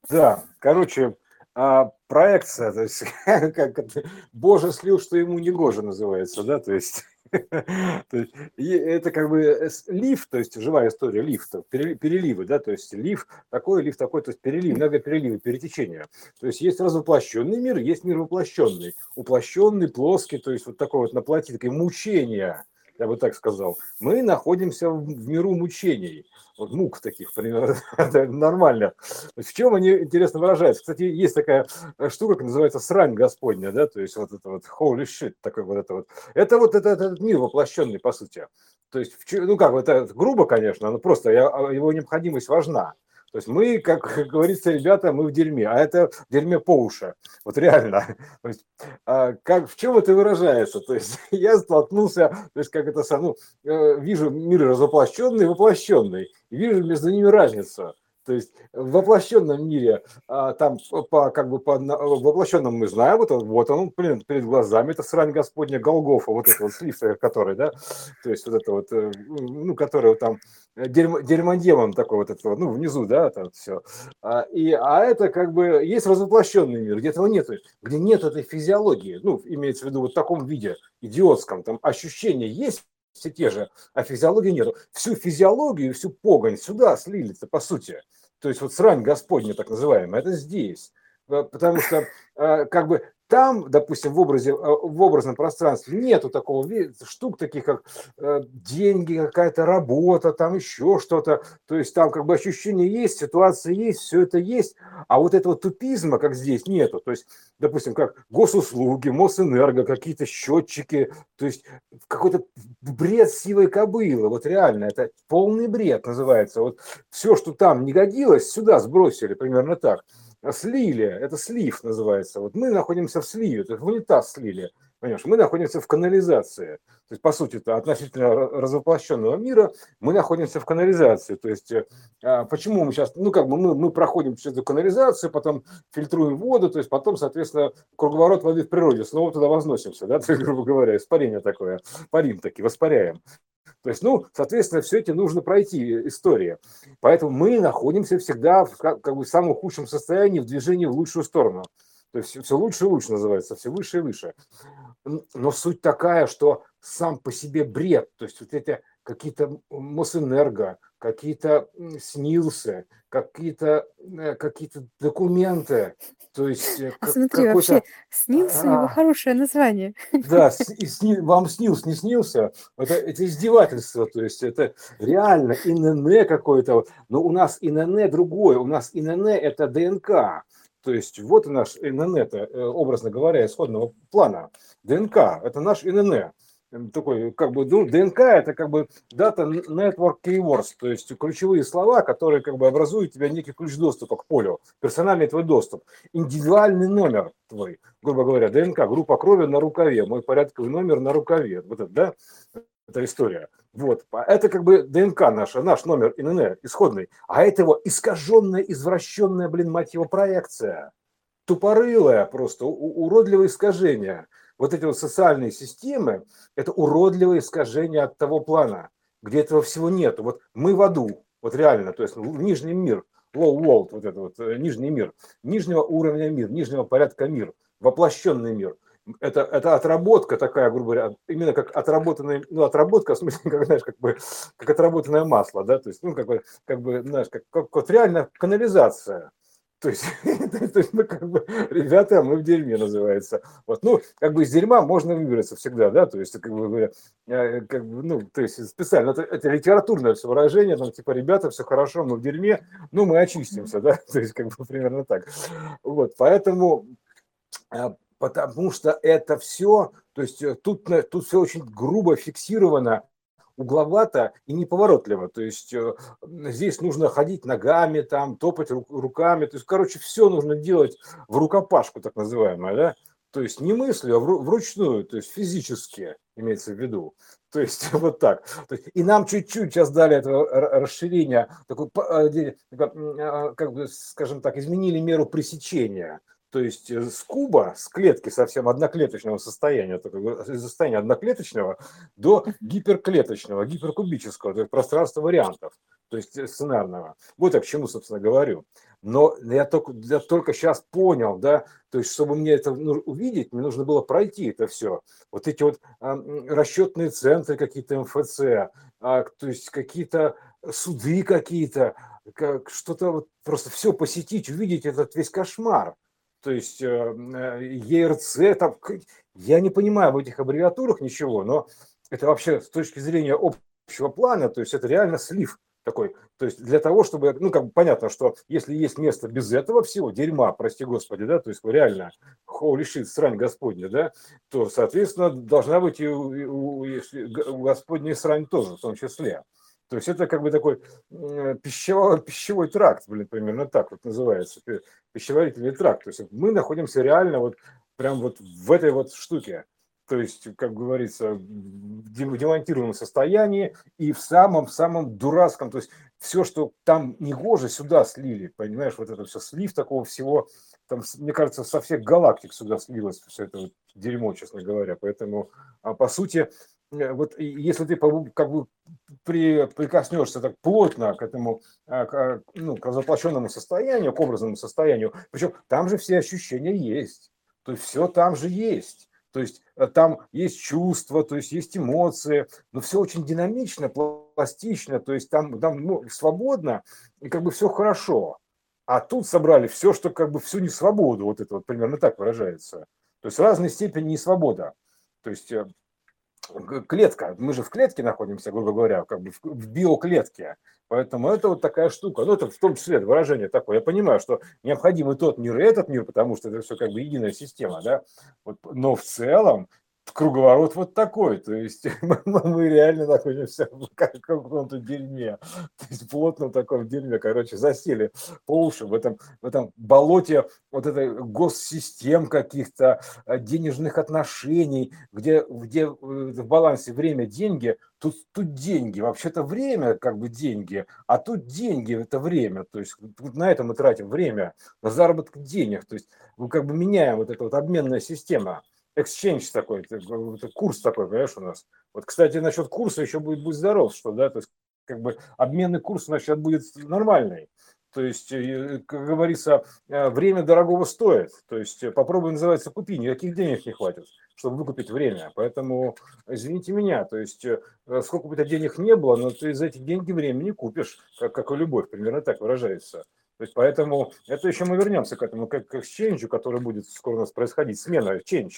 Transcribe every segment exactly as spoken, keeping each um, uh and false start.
Да, короче, а, проекция, то есть как это, Боже слил, что ему не гоже называется, да, то есть, то есть и это как бы э, с- лифт, то есть живая история лифта, пере- переливы, да, то есть лифт такой, лифт такой, то есть перелив, много переливы, перетечения. То есть есть развоплощенный мир, есть мир воплощенный, уплощенный, плоский, то есть вот такой вот на плоти, такие мучения, я бы так сказал. Мы находимся в в миру мучений, вот мук таких, примерно, это нормально. То есть в чем они, интересно, выражаются? Кстати, есть такая э, штука, как называется срань Господня, да, то есть вот это вот holy shit, такой вот это вот. Это вот это, этот мир воплощенный, по сути. То есть, в чё- ну как, это грубо, конечно, но просто я- а, его необходимость важна. То есть мы, как говорится, ребята, мы в дерьме, а это в дерьме по уши. Вот реально. То есть, а, как, в чем это выражается? То есть я столкнулся, то есть как это сам, ну, э, вижу мир развоплощенный и воплощенный, и вижу между ними разницу. То есть в воплощенном мире а, там по как бы по на- в воплощенном мы знаем, вот он, вот он блин, перед глазами, это срань Господня Голгофа, вот это вот слив, э, который, да, то есть вот это вот, э, ну, который вот там э, дерьмо, дерьмодемон такой вот, это вот, ну, внизу, да, там все. А, и, а это как бы есть развоплощенный мир, где этого нет, где нет этой физиологии, ну, имеется в виду вот в таком виде идиотском, там ощущения есть все те же, а физиологии нет. Всю физиологию, всю погонь сюда слили-то, по сути. То есть вот срань Господня, так называемая, это здесь. Э, Потому что э, как бы там, допустим, в образе, э, в образном пространстве нету такого штук таких, как э, деньги, какая-то работа, там еще что-то. То есть там как бы ощущение есть, ситуация есть, все это есть. А вот этого тупизма, как здесь, нету. То есть, допустим, как госуслуги, Мосэнерго, какие-то счетчики, то есть какой-то бред сивой кобылы, вот реально, это полный бред называется. Вот все, что там не годилось, сюда сбросили, примерно так. Слили, это слив называется. Вот мы находимся в сливе, то есть в унитаз слили. Понимаешь, мы находимся в канализации. То есть, по сути, это относительно развоплощенного мира мы находимся в канализации. То есть, э, а, почему мы сейчас, ну, как бы мы, мы проходим через эту канализацию, потом фильтруем воду, то есть потом, соответственно, круговорот воды в природе, снова туда возносимся, да, то есть, грубо говоря, испарение такое, парим таки, воспаряем. То есть, ну, соответственно, все это нужно пройти, история. Поэтому мы находимся всегда в как, как бы в самом худшем состоянии, в движении в лучшую сторону. То есть все лучше и лучше называется, все выше и выше. Но суть такая, что сам по себе бред, то есть вот эти какие-то Мосэнерго, какие-то снилсы, какие-то э, какие-то документы, то есть э, А как, смотри, вообще, какой-то снился у него а, хорошее название. да, с- и сни- вам снился, не снился, это, это издевательство, то есть это реально ИНН какое-то, вот. Но у нас ИНН другое, у нас ИНН это ДНК, то есть вот наш ИНН, это, э, образно говоря, исходного плана, ДНК, это наш ИНН, М, такой, как бы, ну, ДНК это как бы Data Network Keywords, то есть ключевые слова, которые как бы образуют у тебя некий ключ доступа к полю, персональный твой доступ, индивидуальный номер твой, грубо говоря, ДНК, группа крови на рукаве, мой порядковый номер на рукаве. Вот это, да, эта история. Вот. Это как бы ДНК наша, наш номер ИНН исходный. А это его искаженная, извращенная, блин, мать его, проекция. Тупорылая просто, уродливое искажение. Вот эти вот социальные системы, это уродливое искажение от того плана, где этого всего нету. Вот мы в аду, вот реально, то есть нижний мир, low world, вот это вот э, нижний мир, нижнего уровня мир, нижнего порядка мир, воплощенный мир. Это, это отработка такая, грубо говоря, именно как отработанная, ну, отработка, в смысле, как, знаешь, как бы, как отработанное масло, да, то есть, ну, как бы, как бы, знаешь, как, как вот реально канализация. То есть, то есть, ну, как бы, ребята, мы в дерьме называется. Вот, ну, как бы из дерьма можно выбраться всегда, да, то есть, как бы, говоря, э, как бы, ну, то есть, специально, это, это литературное все выражение, там, типа, ребята, все хорошо, мы в дерьме, ну, мы очистимся, да, то есть, как бы, примерно так. Вот, поэтому а, потому что это все, то есть э, тут, на- тут все очень грубо фиксировано, угловато и неповоротливо. То есть э, здесь нужно ходить ногами, там, топать ру- руками. То есть, короче, все нужно делать в рукопашку, так называемое, да? То есть не мыслью, а вру- вручную, то есть физически имеется в виду. То есть вот так. То есть, и нам чуть-чуть сейчас дали этого р- расширения, такой, по- э, де- такой, м, а, как бы, скажем так, изменили меру пресечения. То есть э, с куба, с клетки совсем одноклеточного состояния, только из состояния одноклеточного до гиперклеточного, гиперкубического, то есть пространства вариантов. то есть э, сценарного. Вот я к чему, собственно, говорю. Но я только, я только сейчас понял, да, то есть, чтобы мне это ну, увидеть, мне нужно было пройти это все. Вот эти вот а, м, расчетные центры какие-то эм эф цэ, а, то есть какие-то суды какие-то, как, что-то вот просто все посетить, увидеть этот весь кошмар. То есть э, э, е эр цэ, там, к- я не понимаю в этих аббревиатурах ничего, но это вообще с точки зрения общего плана, то есть это реально слив такой. То есть для того, чтобы, ну, как бы понятно, что если есть место без этого всего дерьма, прости господи, да, то есть реально holy shit, срань Господня, да, то, соответственно, должна быть и у, и у, если г- у Господней срань тоже, в том числе. То есть это как бы такой м, пищевой, пищевой тракт, блин, примерно так вот называется, пи- пищеварительный тракт. То есть мы находимся реально вот прям вот в этой вот штуке. То есть, как говорится, в дем- демонтированном состоянии и в самом-самом дурацком, то есть все, что там не гоже, сюда слили, понимаешь, вот это все слив такого всего, там, с- мне кажется, со всех галактик сюда слилось все это вот дерьмо, честно говоря, поэтому, а, по сути, э, вот и если ты побу- как бы при, прикоснешься так плотно к этому, а, к, а, ну, к развоплощенному состоянию, к образному состоянию, причем там же все ощущения есть, то есть все там же есть. То есть э, там есть чувства, то есть есть эмоции, но все очень динамично, пластично, то есть там, там ну, свободно, и как бы все хорошо. А тут собрали все, что как бы всю несвободу, вот это вот примерно так выражается. То есть разной степени несвобода. То есть э, клетка, мы же в клетке находимся, грубо говоря, как бы в, в биоклетке. Поэтому это вот такая штука. Ну, это в том числе выражение такое. Я понимаю, что необходим и тот мир, и этот мир, потому что это все как бы единая система, да. Вот, но в целом круговорот вот такой. То есть мы, мы реально находимся в как- каком-то дерьме. То есть плотном таком дерьме, короче, засели по уши в этом, в этом болоте вот этой госсистем каких-то, э, денежных отношений, где, где э, в балансе время, деньги, тут, тут деньги, вообще-то время как бы деньги, а тут деньги это время, то есть тут на это мы тратим время, на заработок денег, то есть мы как бы меняем вот эта вот обменная система, exchange такой, это, это курс такой, понимаешь, у нас. Вот, кстати, насчет курса еще будет «Будь здоров», что, да, то есть как бы обменный курс у нас сейчас будет нормальный. То есть, э, как говорится, э, время дорогого стоит. То есть э, попробуй, называется, купи, никаких денег не хватит, чтобы выкупить время. Поэтому извините меня, то есть э, сколько бы у тебя денег не было, но ты за эти деньги время не купишь, как, как и любовь, примерно так выражается. То есть поэтому это еще мы вернемся к этому, как к эксченджу, который будет скоро у нас происходить, смена, change.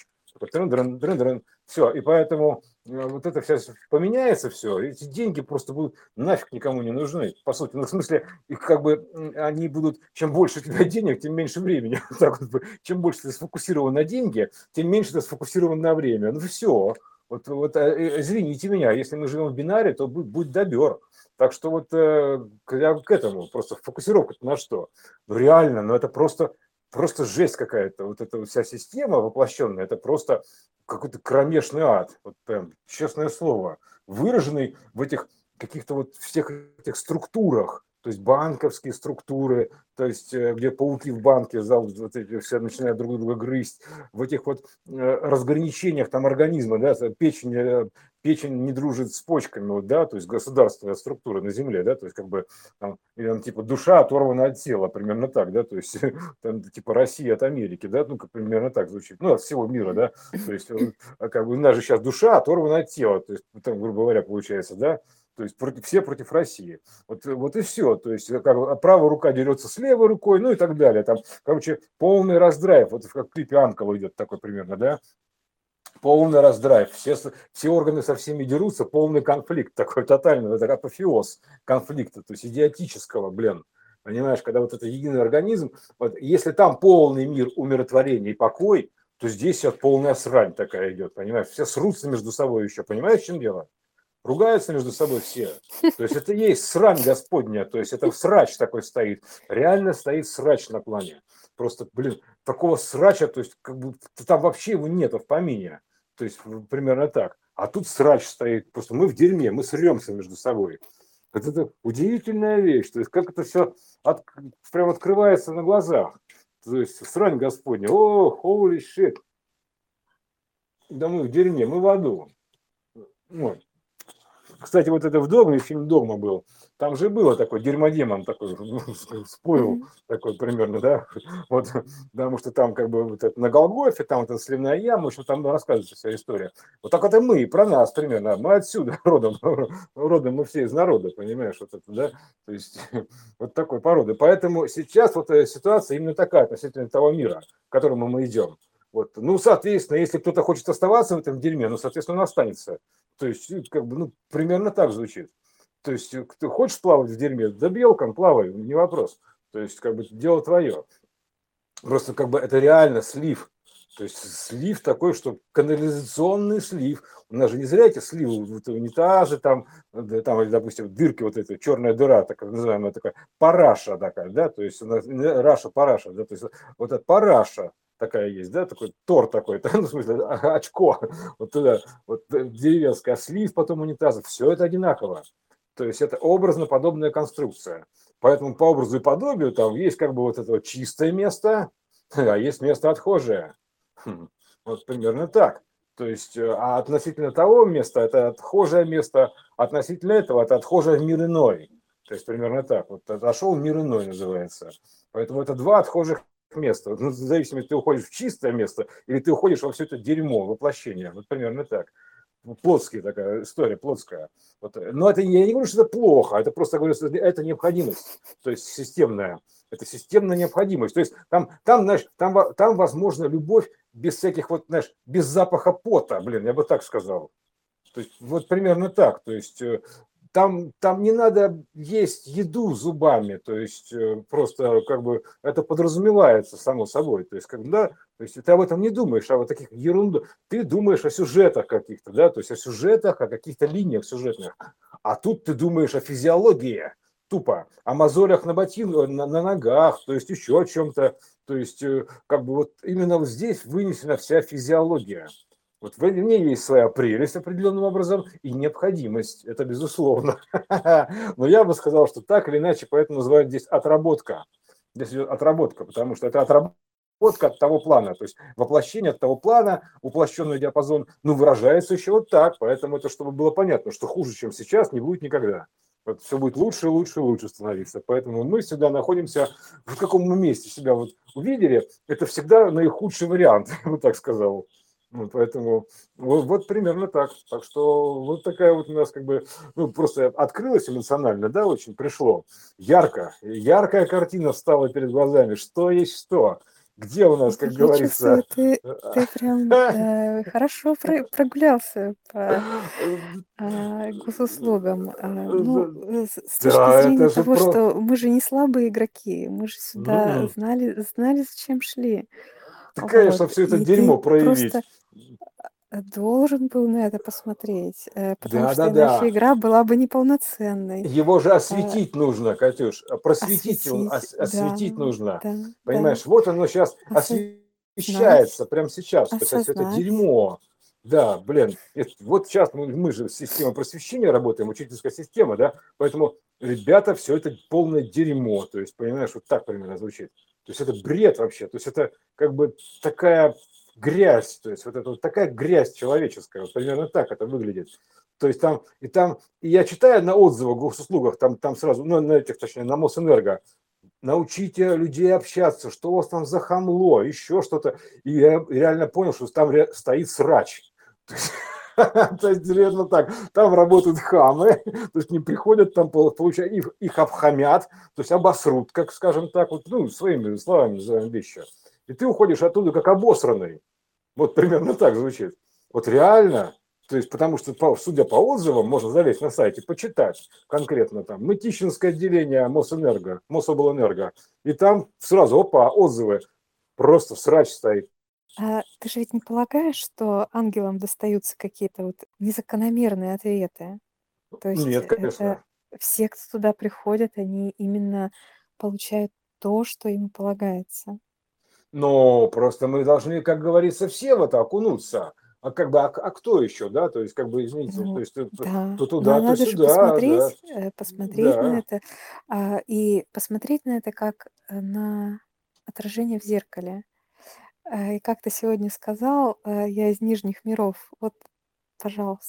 Все, и поэтому э, вот это все поменяется все, эти деньги просто будут нафиг никому не нужны, по сути. Ну, в смысле, их как бы м, они будут, чем больше у тебя денег, тем меньше времени. Так вот, чем больше ты сфокусирован на деньги, тем меньше ты сфокусирован на время. Ну все. Вот, вот э, э, извините меня, если мы живем в бинаре, то будет, будет добер. Так что вот э, к- я к этому, просто фокусировка на что? Ну реально, ну это просто, просто жесть какая-то. Вот эта вот вся система воплощенная, это просто какой-то кромешный ад. Вот прям, честное слово. Выраженный в этих каких-то вот всех этих структурах, то есть банковские структуры, то есть э, где пауки в банке зал, вот эти все начинают друг друга грызть, в этих вот э, разграничениях там организма, да, печень, э, печень не дружит с почками, вот, да, то есть государственная структура на земле, да, то есть как бы там, или, там, типа душа оторвана от тела, примерно так, да, то есть там, типа Россия от Америки, да, ну, как примерно так звучит, ну, от всего мира, да, то есть э, как бы у нас же сейчас душа оторвана от тела, то есть, там, грубо говоря, получается, да, то есть против, все против России. Вот, вот и все. То есть как, бы, правая рука дерется с левой рукой, ну и так далее. Там, короче, полный раздрайв. Вот как в клипе Анкова идет такой примерно, да? Полный раздрайв. Все, все органы со всеми дерутся, полный конфликт такой тотальный. Это апофеоз конфликта, то есть идиотического, блин. Понимаешь, когда вот это единый организм, вот если там полный мир, умиротворение и покой, то здесь сейчас полная срань такая идет, понимаешь? Все срутся между собой еще, понимаешь, в чем дело? Ругаются между собой все. То есть это и есть срань Господня, то есть это срач такой стоит. Реально стоит срач на плане. Просто, блин, такого срача, то есть как бы там вообще его нету в помине. То есть примерно так. А тут срач стоит. Просто мы в дерьме, мы сремся между собой. Вот это удивительная вещь. То есть как это все от, прям открывается на глазах. То есть срань Господня. О, holy shit. Да мы в дерьме, мы в аду. Вот. Кстати, вот это в «Догме», фильм «Догма» был, там же было такой дерьмодемон такой, всплыл Мгм. такой примерно, да, вот, потому что там как бы вот это на Голгофе, там вот эта сливная яма, в общем, там рассказывается вся история. Вот так это мы, про нас примерно, мы отсюда родом, родом мы все из народа, понимаешь, вот это, да, то есть вот такой породы. Поэтому сейчас вот э, ситуация именно такая относительно того мира, к которому мы идем. Вот. Ну, соответственно, если кто-то хочет оставаться в этом дерьме, ну, соответственно, он останется. То есть, ну, как бы, ну, примерно так звучит. То есть, э, ты хочешь плавать в дерьме, да белком плавай, не вопрос. То есть, как бы, дело твое. Просто, как бы, это реально слив. То есть, слив такой, что канализационный слив. У нас же не зря эти сливы, вот, унитазы, там, да, там, или, допустим, дырки, вот эта черная дыра, так называемая такая, параша такая, да, то есть, у нас, не, раша, параша, да, то есть, вот эта параша такая есть, да, такой тор такой, ну, в смысле, а, очко, вот туда, вот э, деревенская, а слив, потом унитазы, все это одинаково. То есть это образно-подобная конструкция. Поэтому по образу и подобию там есть как бы вот это вот чистое место, а есть место отхожее. Хм, Вот примерно так. То есть, э, а относительно того места, это отхожее место, относительно этого, это отхожее в мир иной. То есть примерно так. Вот отошел в мир иной называется. Поэтому это два отхожих места. Вот, ну, в зависимости, ты уходишь в чистое место или ты уходишь во все это дерьмо, воплощение. Вот примерно так. Ну, плотская такая история, плотская. Вот. Но это я не говорю, что это плохо, это просто говорю, что это необходимость, то есть системная. Это системная необходимость. То есть там, там, знаешь, там, там возможно любовь без всяких вот, знаешь, без запаха пота, блин, я бы так сказал. То есть вот примерно так. То есть э, там, там не надо есть еду зубами, то есть э, просто как бы это подразумевается само собой. То есть когда, то есть ты об этом не думаешь, а вот таких ерунду, ты думаешь о сюжетах каких-то, да, то есть о сюжетах, о каких-то линиях сюжетных. А тут ты думаешь о физиологии, тупо, о мозолях на ботинках, на, на ногах, то есть еще о чем-то. То есть э, как бы вот именно вот здесь вынесена вся физиология. Вот в ней есть своя прелесть определенным образом и необходимость, это безусловно. Но я бы сказал, что так или иначе, поэтому называют здесь отработка. Здесь идет отработка, потому что это отработка от того плана, то есть воплощение от того плана, уплощенный диапазон, ну, выражается еще вот так, поэтому это чтобы было понятно, что хуже, чем сейчас, не будет никогда. Вот все будет лучше, лучше, лучше становиться. Поэтому мы всегда находимся в каком мы месте себя вот увидели, это всегда наихудший вариант, я бы так сказал. Ну, поэтому вот, вот примерно так. Так что вот такая вот у нас как бы, ну, просто открылось эмоционально, да, очень пришло. Ярко, яркая картина встала перед глазами. Что есть что? Где у нас, как Я чувствую, говорится, ты, ты прям э, хорошо про- прогулялся по а, госуслугам. А, ну, э, с, с точки да, зрения это же того, про... что мы же не слабые игроки, мы же сюда М, знали, знали, с чем шли. Ты, Вот. конечно, все это И дерьмо ты просто проявить. должен был на это посмотреть, э, потому что иначе Да-да-да. игра была бы неполноценной. Его же А, осветить нужно, Катюш, а просветить его, осветить, ос- да, осветить нужно. да, да, Понимаешь, вот оно сейчас осознать, освещается прямо сейчас, то есть это осознать. дерьмо. Да, блин, это- вот сейчас мы, мы же система просвещения работаем, учительская система, да, поэтому, ребята, все это полное дерьмо, то есть, понимаешь, вот так примерно звучит. То есть это бред вообще, то есть это как бы такая грязь, то есть вот это вот такая грязь человеческая, вот примерно так это выглядит. То есть там, и там, и я читаю на отзывах в госуслугах, там, там сразу, ну, на этих, точнее, на Мосэнерго, научите людей общаться, что у вас там за хамло, еще что-то. И я реально понял, что там стоит срач. То есть, реально так, там работают хамы, то есть не приходят, там получают, их, их обхамят, то есть обосрут, как скажем так, вот, ну, своими словами называем вещи. И ты уходишь оттуда как обосранный. Вот примерно так звучит. Вот реально, то есть, потому что, по, судя по отзывам, можно залезть на сайте, почитать конкретно там Мытищинское отделение Мосэнерго, Мособлэнерго, и там сразу, опа, отзывы, просто срач стоит. А ты же ведь не полагаешь, что ангелам достаются какие-то вот незакономерные ответы? То есть Нет, это конечно. все, кто туда приходят, они именно получают то, что им полагается. Но просто мы должны, как говорится, все в это окунуться. А как бы, а, а кто еще, да? То есть, как бы, извините, то Ну есть то, да, то но туда, то надо же сюда, да, посмотреть, э, посмотреть на да. это, а, и посмотреть на это как э, на отражение в зеркале. Э, и как ты сегодня сказал, э, я из нижних миров. Вот, пожалуйста.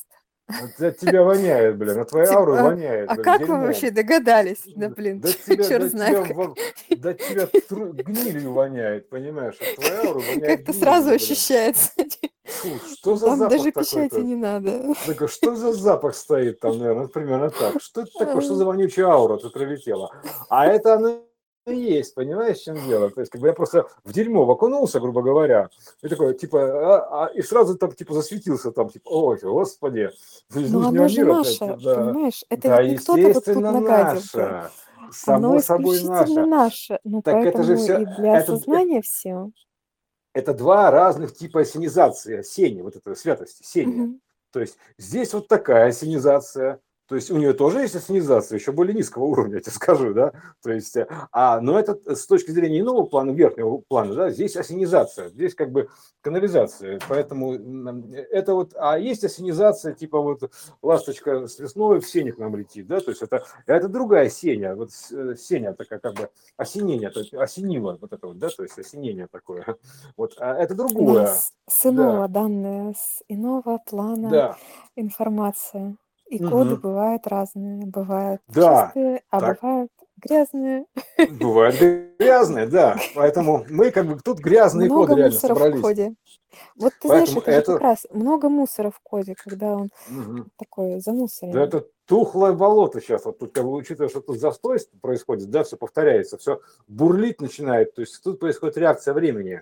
От от тебя воняет, блин, от твоей Типа, ауры а, воняет, а блин, как вы дерьмом. вообще догадались? Да, Д блин, да от тебя да черт от знает тебя как. во да от тебя тру гнилью воняет, понимаешь? От твоей ауры воняет Как-то сразу гнилью, блин. ощущается. Фу, что за Там запах даже печати такой-то? не надо. Так, а что за запах стоит там, наверно, вот примерно так. Что это такое? Что А. за вонючая аура тут прилетела? А это оно и есть, понимаешь, в чём дело? То есть, как бы я просто в дерьмо окунулся, грубо говоря, и такой, типа, а, а, и сразу там, типа, засветился там, типа, ой, господи, из Но нижнего оно же мира опять, наше, да. понимаешь? Это Да, ведь не кто-то вот тут естественно, нагадил, да. наше, Оно само собой исключительно наше. наше. Ну, Так это же поэтому всё, и э, для это д эт осознания всё. это два разных типа ассенизации, осени, вот этой святости, сения. Мгм. То есть здесь вот такая ассенизация, то есть у неё тоже есть ассенизация, ещё более низкого уровня, я те скажу, да. То есть, а, но это с точки зрения иного плана, верхнего плана, да, здесь ассенизация, здесь как бы канализация. Поэтому, м, это вот, а есть ассенизация, типа вот ласточка с весной в сене к нам летит, да, то есть это это другая сеня, вот с сеня такая как бы осенение, то есть осенило вот это вот, да, то есть осенение такое. Вот, а это другое. Нас с иного Да. данные, с иного плана Да. информация. И коды Мгм. бывают разные. Бывают Да, чистые, а так. бывают грязные. Бывают грязные, да. Поэтому мы как бы тут грязные коды Много реально мусора в собрались. коде. Вот ты знаешь, Поэтому это же как это раз много мусора в коде, когда он Мгм. такой Да замусоренный. это тухлое болото щас вот тут, как бы, учитывая, что тут застой с происходит, да, всё повторяется, всё бурлить начинает, то есть тут происходит реакция времени.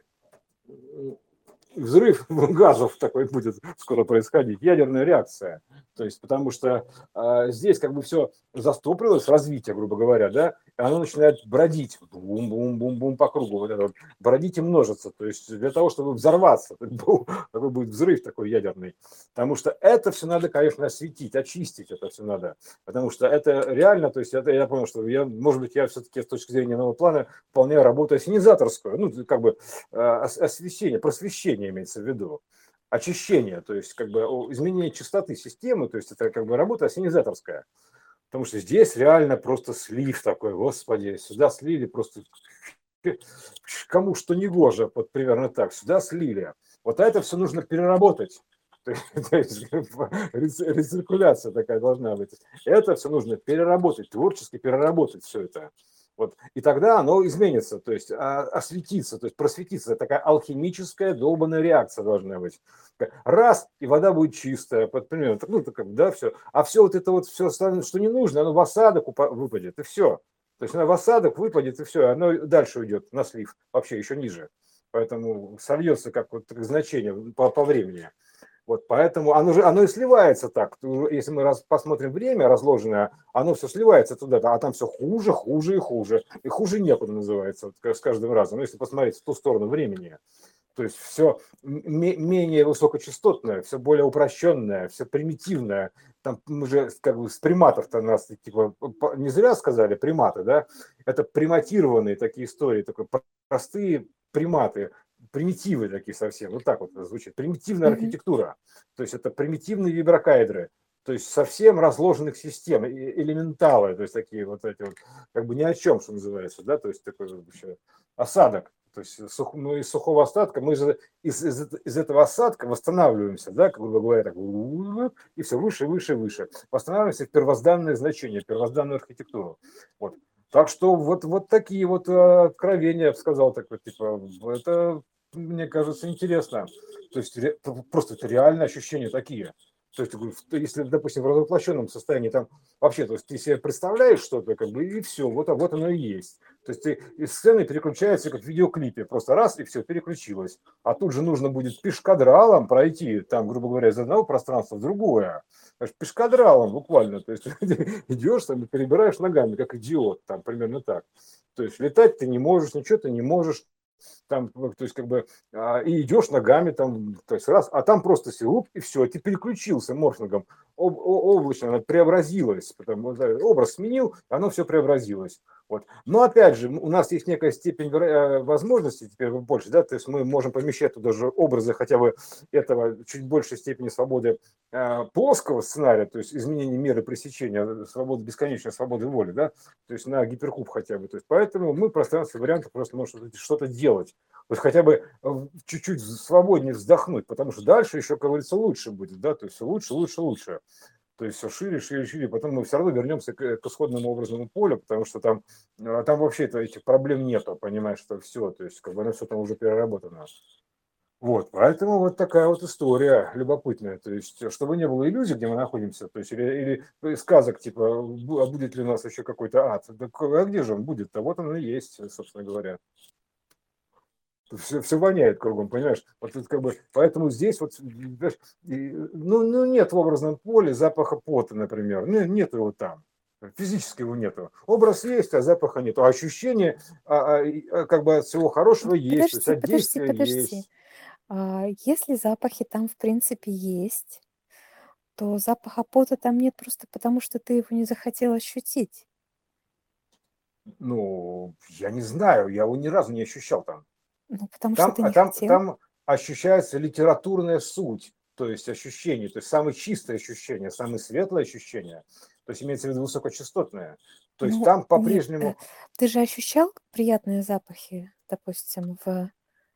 М, взрыв газов такой будет скоро происходить, ядерная реакция. То есть потому что, а, здесь как бы всё застопорилось, развитие, грубо говоря, да, и оно начинает бродить бум-бум-бум-бум по кругу, вот это вот, бродить и множиться. То есть для того, чтобы взорваться, бу такой будет взрыв такой ядерный. Потому что это всё надо, конечно, осветить, очистить это всё надо. Потому что это реально, то есть это я понял, что я, может быть, я всё-таки с точки зрения нового плана выполняю работу ассенизаторскую, ну, как бы, а, ос освещение, просвещение имеется в виду, очищение, то есть как бы о изменение частоты системы, то есть это как бы работа ассенизаторская. Потому что здесь реально просто слив такой, господи, сюда слили просто кому что не гоже, вот примерно так, сюда слили. Вот это всё нужно переработать. То есть то есть рецы рециркуляция такая должна быть. Это всё нужно переработать, творчески переработать всё это. Вот, и тогда оно изменится, то есть, а, осветится, то есть просветится. Такая алхимическая долбаная реакция должна быть. Ка раз- и вода будет чистая, под примерно, ну, так как, да, всё. А всё вот это вот, всё остальное, что не нужно, оно в осадок упа выпадет, и всё. То есть оно в осадок выпадет, и всё, оно дальше уйдет на слив, вообще еще ниже. Поэтому сольется как вот значение по по времени. Вот поэтому оно же оно и сливается так. То если мы раз посмотрим время разложенное, оно всё сливается туда, а там всё хуже, хуже и хуже. И хуже некуда называется вот с каждым разом, если посмотреть в ту сторону времени. То есть всё м ме менее высокочастотное, всё более упрощенное, всё примитивное. Там мы же как бы с приматов-то нас типа п не зря сказали приматы, да? Это приматированные такие истории, такой простые приматы, примитивы такие совсем. Вот так вот это звучит. Примитивная Мгм. архитектура. То есть это примитивные виброкайдры. То есть совсем разложенных систем, э элементалы, то есть такие вот эти вот, как бы ни о чём, что называется, да, то есть такой вот еще осадок. То есть сух мы из сухого остатка, мы же из из эт из этого осадка восстанавливаемся, да, грубо говоря, так и всё выше, выше, выше. Восстанавливаемся в первозданное значение, в первозданную архитектуру. Вот. Так что вот вот такие вот, а, откровения, я б сказал, так вот, типа, это, мне кажется, интересно. То есть ре п просто это реальные ощущения такие. То есть, говорю, если, допустим, в развоплощенном состоянии там вообще, то есть ты себе представляешь что-то, как бы, и всё, вот вот оно и есть. То есть ты из сцены переключается, как в видеоклипе, просто раз и всё, переключилось. А тут же нужно будет пешкадралом пройти, там, грубо говоря, из одного пространства в другое. Аж пешкадралом буквально, то есть идешь там и перебираешь ногами, как идиот, там примерно так. То есть летать ты не можешь, ничего ты не можешь. Там, то есть как бы, а, и идешь ногами там, то есть раз, а там просто сироп и всё, ты переключился морфингом. Об о облачно оно преобразилось, потому образ сменил, оно всё преобразилось. Вот. Но опять же, у нас есть некая степень веро возможностей теперь больше, да, то есть мы можем помещать туда же образы хотя бы этого чуть большей степени свободы, а, плоского сценария, то есть изменение меры пресечения, свободы, бесконечной свободы воли, да, то есть на гиперкуб хотя бы. То есть поэтому мы в пространстве вариантов просто можем что-то делать. Вот хотя бы э, чуть-чуть свободнее вздохнуть, потому что дальше еще, как говорится, лучше будет, да, то есть все лучше, лучше, лучше. То есть все шире, шире, шире. Потом мы все равно вернемся к, к исходному образному полю, потому что там, э, там вообще этих проблем нету, понимаешь, что все, то есть как бы оно все там уже переработано. Вот, поэтому вот такая вот история любопытная. То есть, чтобы не было иллюзий, где мы находимся, то есть, или, или сказок, типа, бу- а будет ли у нас еще какой-то ад? Так, а где же он будет-то? Вот он и есть, собственно говоря. Все, все воняет кругом, понимаешь? Вот тут как бы, поэтому здесь вот, знаешь, и, ну, ну, нет в образном поле запаха пота, например. Ну, нет его там. Физически его нету. Образ есть, а запаха нету. А ощущение а, а, и, а, как бы от всего хорошего есть, то есть Подожди, от подожди, действия подожди. есть. А, если запахи там, в принципе, есть, то запаха пота там нет просто потому, что ты его не захотел ощутить. Ну, я не знаю, я его ни разу не ощущал там. Ну, потому что Там, ты а не там, хотел. там ощущается литературная суть, то есть ощущение, то есть самое чистое ощущение, самое светлое ощущение, то есть имеется в виду высокочастотное. То есть Ну, там нет, э, по-прежнему ты же ощущал приятные запахи, допустим, в...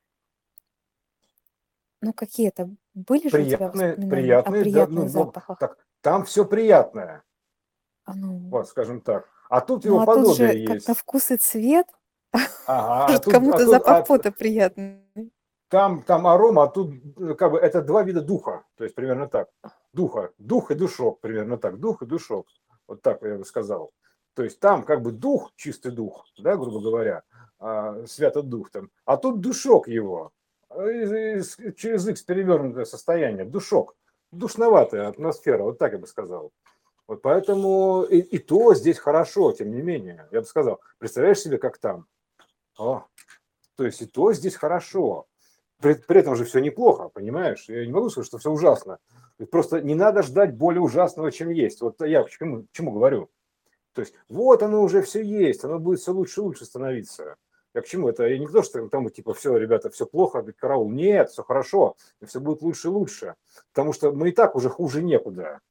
Ну, какие-то были же у тебя приятные, воспоминания о приятные, да, ну, приятных ну, запахах? так, там все приятное, А ну, вот, скажем так. А тут ну, его а тут же подобие как на есть. вкус и цвет. Ага, а Может, тут, а кому-то тут, запах а пота приятный. там, там арома, а тут э, как бы это два вида духа, то есть примерно так. Духа, дух и душок, примерно так, дух и душок, вот так я бы сказал. То есть там как бы дух, чистый дух, да, грубо говоря, а, святый дух там, а тут душок его, а, из- из- через X перевернутое состояние, душок, душноватая атмосфера, вот так я бы сказал. Вот поэтому и, и то здесь хорошо, тем не менее, я бы сказал, представляешь себе, как там? О, то есть и то здесь хорошо. При, при этом же все неплохо, понимаешь? Я не могу сказать, что все ужасно. Просто не надо ждать более ужасного, чем есть. Вот я к чему, к чему говорю. То есть вот оно уже все есть, оно будет все лучше и лучше становиться. Я к чему это? Я не то, что там типа все, ребята, все плохо, караул. Нет, все хорошо, все будет лучше и лучше. Потому что мы и так уже хуже некуда.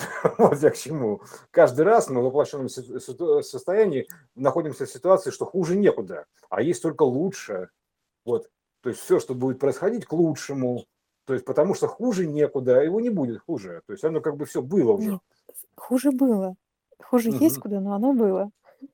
Вот я к чему. Каждый раз мы в воплощенном состоянии находимся в ситуации, что хуже некуда, а есть только лучше. Вот. То есть все, что будет происходить, к лучшему. То есть потому что хуже некуда, его не будет хуже. То есть оно как бы все было уже. Нет, хуже было. Хуже есть Мгм. куда, но оно было.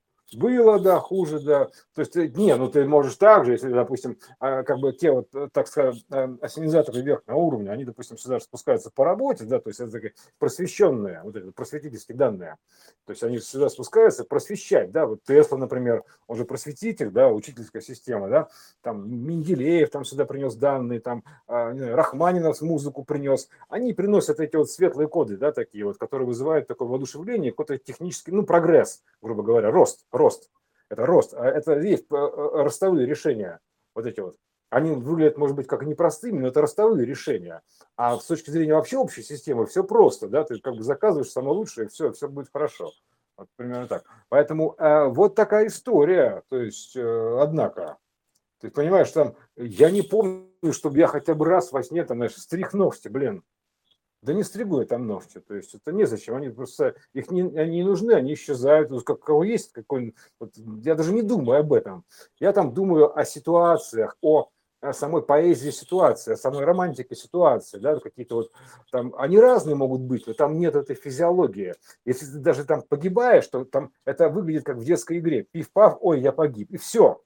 Было, да, хуже, да. То есть, ты- не, ну ты можешь так же, если, допустим, а, как бы те вот, э, так скажем, э, ассенизаторы верхнего уровня, они, допустим, сюда же спускаются по работе, да, то есть это такие просвещенные, вот это, просветительские данные. То есть они сюда спускаются просвещать, да, вот Тесла, например, он же просветитель, да, учительская система, да, там Менделеев там сюда принес данные, там, а, не знаю, Рахманинов музыку принес. Они приносят эти вот светлые коды, да, такие вот, которые вызывают такое воодушевление, какой-то технический, ну, прогресс, грубо говоря, рост, рост. Это рост. А это есть э, э, ростовые решения, вот эти вот. Они выглядят, может быть, как непростыми, но это ростовые решения. А с точки зрения вообще общей системы все просто, да, ты как бы заказываешь самое лучшее, все, все будет хорошо. Вот примерно так. Поэтому э, вот такая история. То есть, э, однако, ты понимаешь, там, я не помню, чтобы я хотя бы раз во сне, там, знаешь, стриг ногти, блин. Да не стригу я там ногти, то есть это незачем, они просто, их не, они не нужны, они исчезают, вот как кого есть, какой, вот, я даже не думаю об этом, я там думаю о ситуациях, о, о самой поэзии ситуации, о самой романтике ситуации, да, какие-то вот там, они разные могут быть, но там нет этой физиологии, если ты даже там погибаешь, то там это выглядит как в детской игре, пиф-паф, ой, я погиб, и все,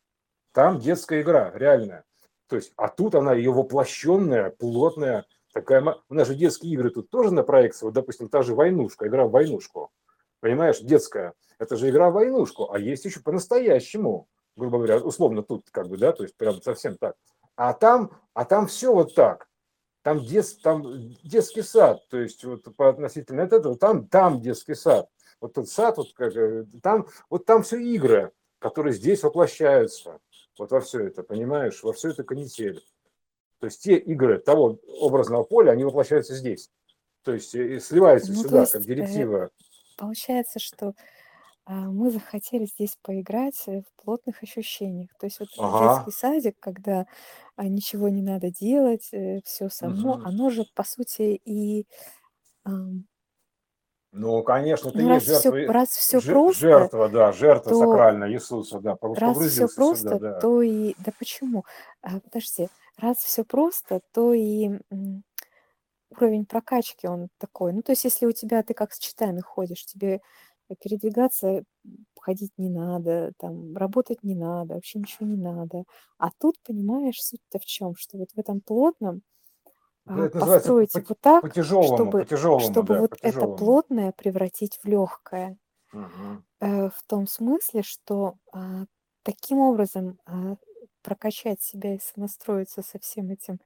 там детская игра, реальная. То есть, а тут она ее воплощенная, плотная, такая. У нас же детские игры тут тоже на проекции. Вот, допустим, та же войнушка, игра в войнушку. Понимаешь, детская. Это же игра в войнушку, а есть еще по-настоящему, грубо говоря, условно тут как бы, да, то есть прям совсем так. А там, а там все вот так. Там, дет, там детский сад, то есть вот по относительно от этого, там, там детский сад. Вот тот сад, вот, как, там, вот там все игры, которые здесь воплощаются. Вот во все это, понимаешь, во все это канитель. То есть те игры того образного поля, они воплощаются здесь. То есть и сливаются Ну, то сюда, как есть, э, директива. получается, что а, мы захотели здесь поиграть э, в плотных ощущениях. То есть вот этот детский Ага. садик, когда а, ничего не надо делать, все само, Мгм. оно же, по сути, и ам, Ну, конечно, это и Ну, есть раз все, жертва, и- раз все же- просто, жертва, да, жертва то сакральная Иисуса, да, погру- раз все погрузился сюда, просто, да. то и да почему? А, подожди, раз все просто, то и м, уровень прокачки он такой. Ну, то есть, если у тебя ты как с читами ходишь, тебе передвигаться, м, ходить не надо, там, работать не надо, вообще ничего не надо. А тут, понимаешь, суть-то в чем, что вот в этом плотном Это, а, это называется по, построить по- его по так, тяжелому, по чтобы, тяжелому, чтобы да, вот по это тяжелому. плотное превратить в легкое. Мгм. Э, в том смысле, что а, таким образом а, прокачать себя и сонастроиться со всем этим,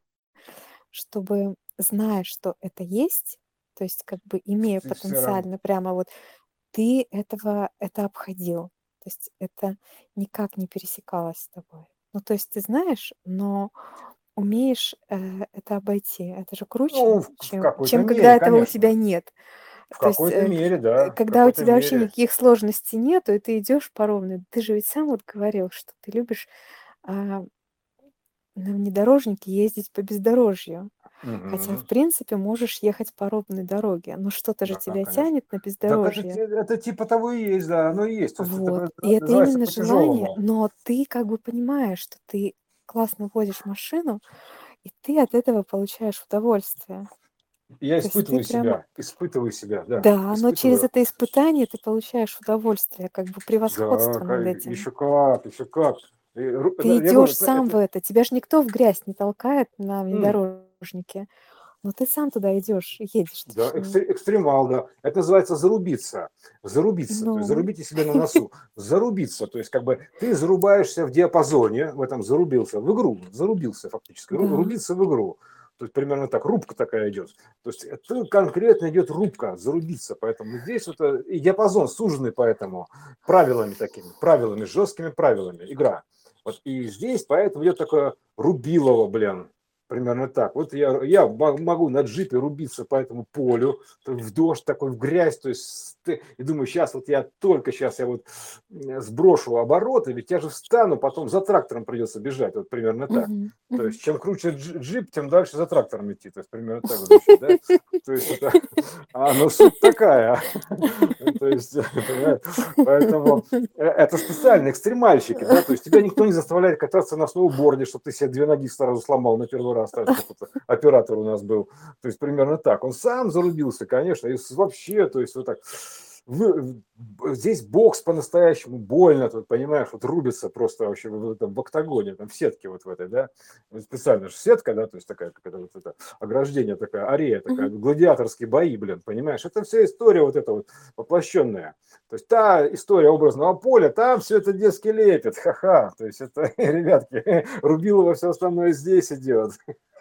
чтобы, зная, что это есть, то есть как бы имея Ты все равно. потенциально прямо вот ты этого это обходил, то есть это никак не пересекалось с тобой. Ну, то есть ты знаешь, но умеешь э, это обойти. Это же круче, Ну, в, в чем, какой-то чем когда мере, этого у тебя конечно. нет. В То есть, какой-то э, мере, э, да, в когда у какой-то тебя вообще мере. никаких сложностей нету, и ты идешь по ровной. Ты же ведь сам вот говорил, что ты любишь а, на внедорожнике ездить по бездорожью. Хотя, в Мгм. принципе, можешь ехать по ровной дороге. Но что-то же Да, тебя конечно. тянет на Так это, бездорожье. те- это типа того и есть, да, оно и есть. То есть это Вот. про- И это называется именно по желание, тяжелому. но ты как бы понимаешь, что ты классно водишь машину, и ты от этого получаешь удовольствие. Я То есть ты испытываю прямо себя, испытываю себя, да, да, но через испытываю. это испытание ты получаешь удовольствие, как бы Да, превосходство над этим. еще как, еще как. И ру- Ты это, я идешь говорю, это, сам в это, это, тебя ж никто в грязь не толкает на м, внедорожнике, но ты сам туда идешь, едешь да, точнее. экстре- экстремал, да. Это называется зарубиться. Зарубиться, то есть Ну, зарубите себе на носу. Зарубиться, то есть как бы ты зарубаешься в диапазоне, в этом зарубился, в игру, зарубился фактически, ру- да. рубиться в игру. То есть примерно так, рубка такая идет. То есть это конкретно идет рубка, зарубиться. Поэтому здесь вот э, и диапазон суженный, поэтому правилами такими, правилами, жесткими правилами, игра. Вот и здесь поэтому идет такое рубилово, блин. Примерно так. Вот я, я могу на джипе рубиться по этому полю, в дождь такой, в грязь, то есть ты- и думаю, сейчас вот я только сейчас я вот э, сброшу обороты, ведь я же встану, потом за трактором придется бежать, вот примерно так. Мгм, То мгм. есть чем круче дж- джип, тем дальше за трактором идти, то есть примерно так звучит, да? То есть это, а, ну суть такая, то есть, понимаешь, поэтому э, это специальные экстремальщики, да, то есть тебя никто не заставляет кататься на сноуборде, чтобы ты себе две ноги сразу сломал на первый раз, так, как вот оператор у нас был, то есть примерно так. Он сам зарубился, конечно, и вообще, то есть вот так. Вы- здесь бокс по-настоящему больно, тут, понимаешь, вот рубится просто вообще в, этом, в октагоне, там в сетке вот в этой, да, вот специально же сетка, да, то есть такая, как это, вот это ограждение, такая арея, такая, Мгм. гладиаторские бои, блин, понимаешь, это вся история вот эта вот воплощенная. То есть та история образного поля, там все это детский лепет, ха-ха. То есть это, ребятки, Рубилово все остальное здесь идет.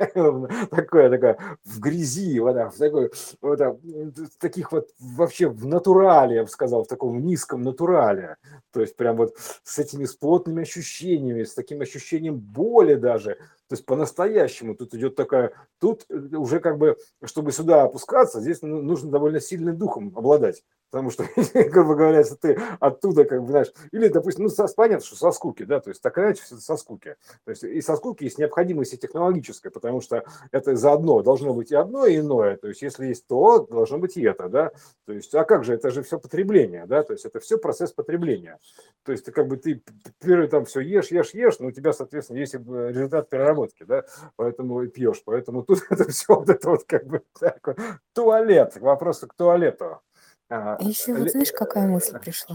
Такое, такое, в грязи, вот так, в такой, вот так, в таких вот вообще в натурале, я бы сказал, в таком низком натурале. То есть прям вот с этими с плотными ощущениями, с таким ощущением боли даже. То есть по-настоящему тут идет такая, тут уже как бы, чтобы сюда опускаться, здесь ну- нужно довольно сильным духом обладать. Потому что, грубо говоря, если ты оттуда, как бы, знаешь, или, допустим, ну, со, понятно, что со скуки, да, то есть такая все со скуки. То есть и со скуки есть необходимость и технологическая, потому что это заодно должно быть и одно, и иное. То есть если есть то, должно быть и это, да. То есть, а как же, это же все потребление, да, то есть это все процесс потребления. То есть ты как бы ты первый там все ешь, ешь, ешь, но у тебя, соответственно, есть результат переработки, да, поэтому и пьешь. Поэтому тут это все вот это вот как бы так, вот. Туалет, вопросы к туалету. А, А еще вот ле- знаешь, какая мысль э, пришла?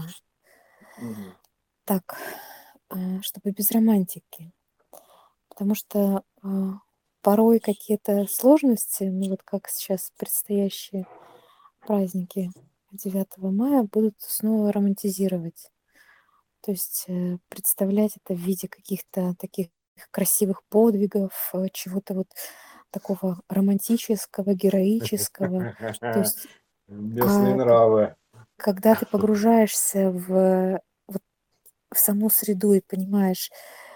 мгм. Так, а, чтобы без романтики. Потому что а, порой какие-то сложности, ну вот как сейчас предстоящие праздники девятого мая, будут снова романтизировать. То есть э, представлять это в виде каких-то таких красивых подвигов, э, чего-то вот такого романтического, героического. То есть, Местные а к- нравы. когда ты погружаешься в, вот, в саму среду и понимаешь,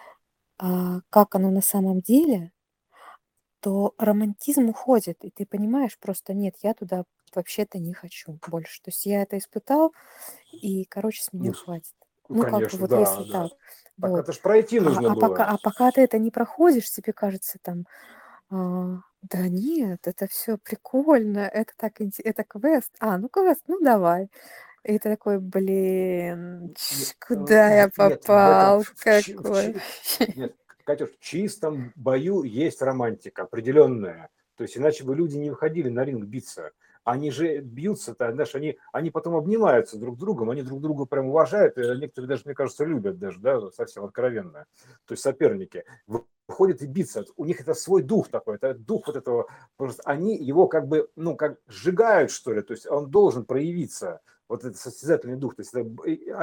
а, как оно на самом деле, то романтизм уходит, и ты понимаешь просто: нет, я туда вообще-то не хочу больше. То есть я это испытал, и, короче, с меня Ну, хватит. ну, Ну, как бы конечно, вот да, если да. так. Так Вот. это ж пройти А, нужно а пока, было. а пока ты это не проходишь, тебе кажется там, а, Да нет, это все прикольно, это так инте это квест. А, ну квест, ну давай. И ты такой: "Блин, Нет, ч э, куда я нет, в этом, попал? в, чи- в Какой чи- нет, Катюш, в чистом бою есть романтика определенная. То есть иначе бы люди не выходили на ринг биться. Они же бьются-то, знаешь, они, они потом обнимаются друг с другом, они друг друга прям уважают, и некоторые даже, мне кажется, любят даже, да, вот совсем откровенно. То есть соперники выходят и биться. У них это свой дух такой, это дух вот этого, просто они его как бы, ну, как сжигают, что ли, то есть он должен проявиться вот этот состязательный дух, то есть это а,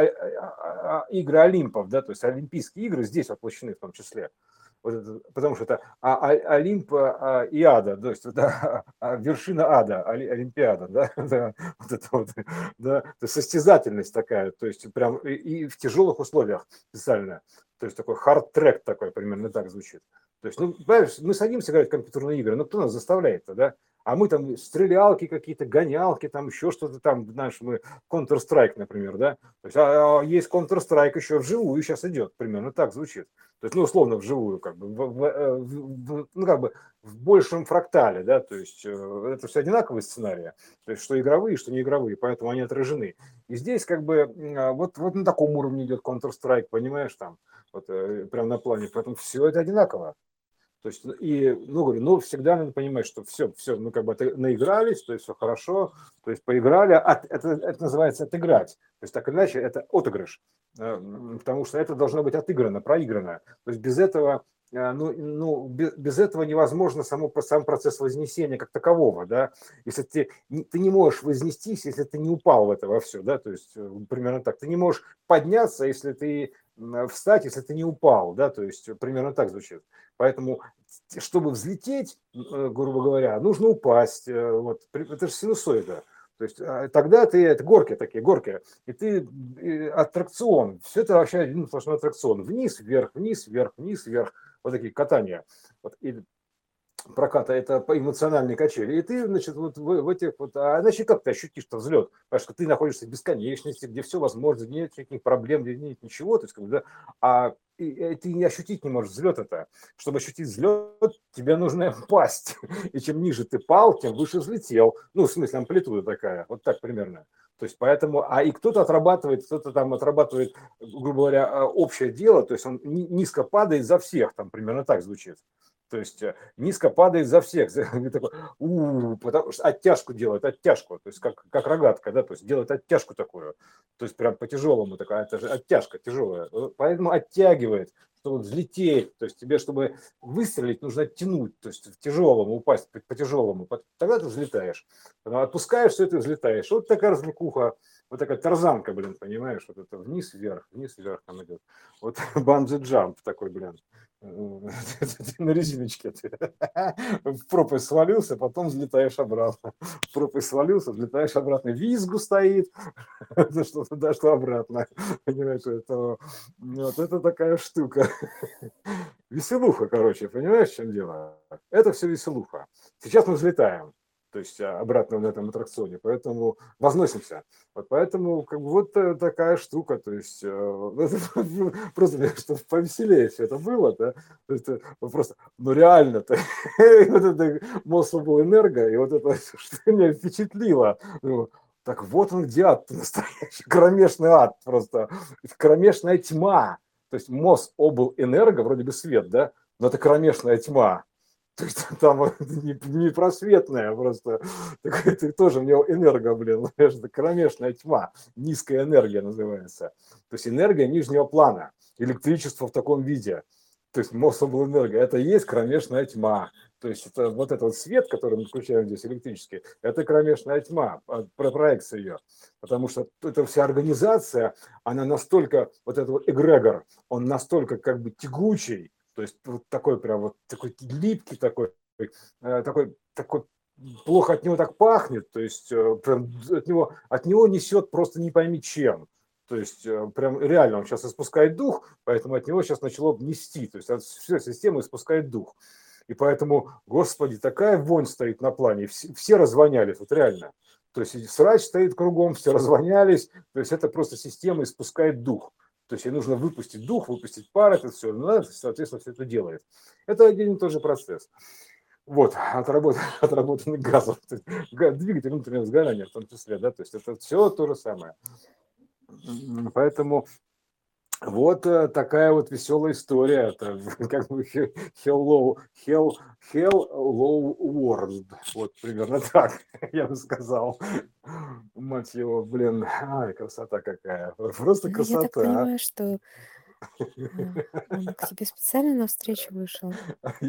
а, а, игры Олимпов, да, то есть Олимпийские игры здесь воплощены в том числе. Вот это, потому что это а, а, Олимп а, и ада, то есть это а, вершина ада, Олимпиада, да, да, вот это вот, да, то есть состязательность такая, то есть прям и, и в тяжелых условиях специально, то есть такой хард-трек такой, примерно так звучит. То есть, ну, понимаешь, мы садимся играть в компьютерные игры, но кто нас заставляет-то, да? А мы там стрелялки какие-то, гонялки, там еще что-то там, знаешь, мы Counter-Strike, например, да? То есть, а, а есть Counter-Strike еще вживую сейчас идет, примерно так звучит. То есть, ну, условно, вживую, как бы, в, в, в, ну, как бы в большем фрактале, да, то есть э, это все одинаковые сценарии, то есть что игровые, что не игровые, поэтому они отражены. И здесь как бы вот, вот на таком уровне идет Counter-Strike, понимаешь, там, вот э, прям на плане, поэтому все это одинаково. То есть, и, ну, говорю, ну, всегда надо понимать, что все, все, ну, как бы наигрались, то есть все хорошо, то есть поиграли, от, это, это называется отыграть. То есть так или иначе это отыгрыш, потому что это должно быть отыграно, проиграно. То есть без этого, ну, ну без, без этого невозможно само, сам процесс вознесения как такового, да. Если ты, ты не можешь вознестись, если ты не упал в это во все, да, то есть примерно так. Ты не можешь подняться, если ты встать, если ты не упал, да, то есть примерно так звучит. Поэтому, чтобы взлететь, грубо говоря, нужно упасть. Вот. Это же синусоида. То есть тогда ты, это горки такие, горки, и ты и аттракцион, все это вообще один сплошной аттракцион. Вниз, вверх, вниз, вверх, вниз, вверх. Вот такие катания. Вот. И проката это по эмоциональной качели. И ты, значит, вот в, в этих вот, а значит, как ты ощутишь-то взлет? Потому что ты находишься в бесконечности, где все возможно, где нет никаких проблем, где нет ничего, то есть, как бы, да, а и, и ты не ощутить не можешь взлет это. Чтобы ощутить взлет, тебе нужно пасть. И чем ниже ты пал, тем выше взлетел. Ну, в смысле, амплитуда такая, вот так примерно. То есть поэтому, а и кто-то отрабатывает, кто-то там отрабатывает, грубо говоря, общее дело, то есть он низко падает за всех, там примерно так звучит. То есть низко падает за всех, такой, у-у-у, потому что оттяжку делает, оттяжку, то есть как, как рогатка, да, то есть делает оттяжку такую, то есть прям по тяжелому такая, это же оттяжка тяжелая, поэтому оттягивает, чтобы взлететь, то есть тебе, чтобы выстрелить, нужно оттянуть, то есть в тяжелому упасть, по, по тяжелому, тогда ты взлетаешь, потом отпускаешь, все это взлетаешь, вот такая развлекуха, вот такая тарзанка, блин, понимаешь, вот это вниз-вверх, вниз-вверх там идет, вот банджи-джамп такой, блин. На резиночке ты в пропасть свалился, потом взлетаешь обратно. В пропасть свалился, взлетаешь обратно. Визгу стоит, это что-то да, что обратно. Понимаешь, это, вот это такая штука. Веселуха, короче, понимаешь, в чем дело? Это все веселуха. Сейчас мы взлетаем, то есть обратно на этом аттракционе, поэтому возносимся. Вот поэтому как бы вот такая штука, то есть просто чтобы повеселее все это было, да, это просто, ну реально-то, вот это Мособлэнерго, и вот это, что меня впечатлило, так вот он где ад, настоящий кромешный ад просто, кромешная тьма. То есть Мособлэнерго, вроде бы свет, да, но это кромешная тьма. То есть там не, не просветная просто, это тоже мне энерго, блин, это кромешная тьма, низкая энергия называется. То есть энергия нижнего плана, электричество в таком виде. То есть Мособлэнерго, это и есть кромешная тьма. То есть это вот этот вот свет, который мы включаем здесь электрический, это кромешная тьма, про проекция ее. Потому что эта вся организация, она настолько, вот этот вот эгрегор, он настолько как бы тягучий, то есть вот такой прям вот такой липкий такой, такой, такой плохо от него так пахнет, то есть прям от него, от него несет просто не пойми чем. То есть прям реально он сейчас испускает дух, поэтому от него сейчас начало нести, то есть от всей системы испускает дух. И поэтому, господи, такая вонь стоит на плане, все, все развонялись, вот реально. То есть срач стоит кругом, все развонялись, то есть это просто система испускает дух. То есть ей нужно выпустить дух, выпустить пар, это все, ну, соответственно, все это делает. Это один и тот же процесс. Вот, отработан, отработанный газом, то есть га- двигатель внутреннего сгорания в том числе, да, то есть это все то же самое. М, Поэтому вот э, такая вот веселая история. Это как бы хе- Hello, Hell, Hello World. Вот примерно так, я бы сказал. Мать его, блин, ай, красота какая. Просто Ну, я так красота. понимаю, что а, он к тебе специально навстречу вышел,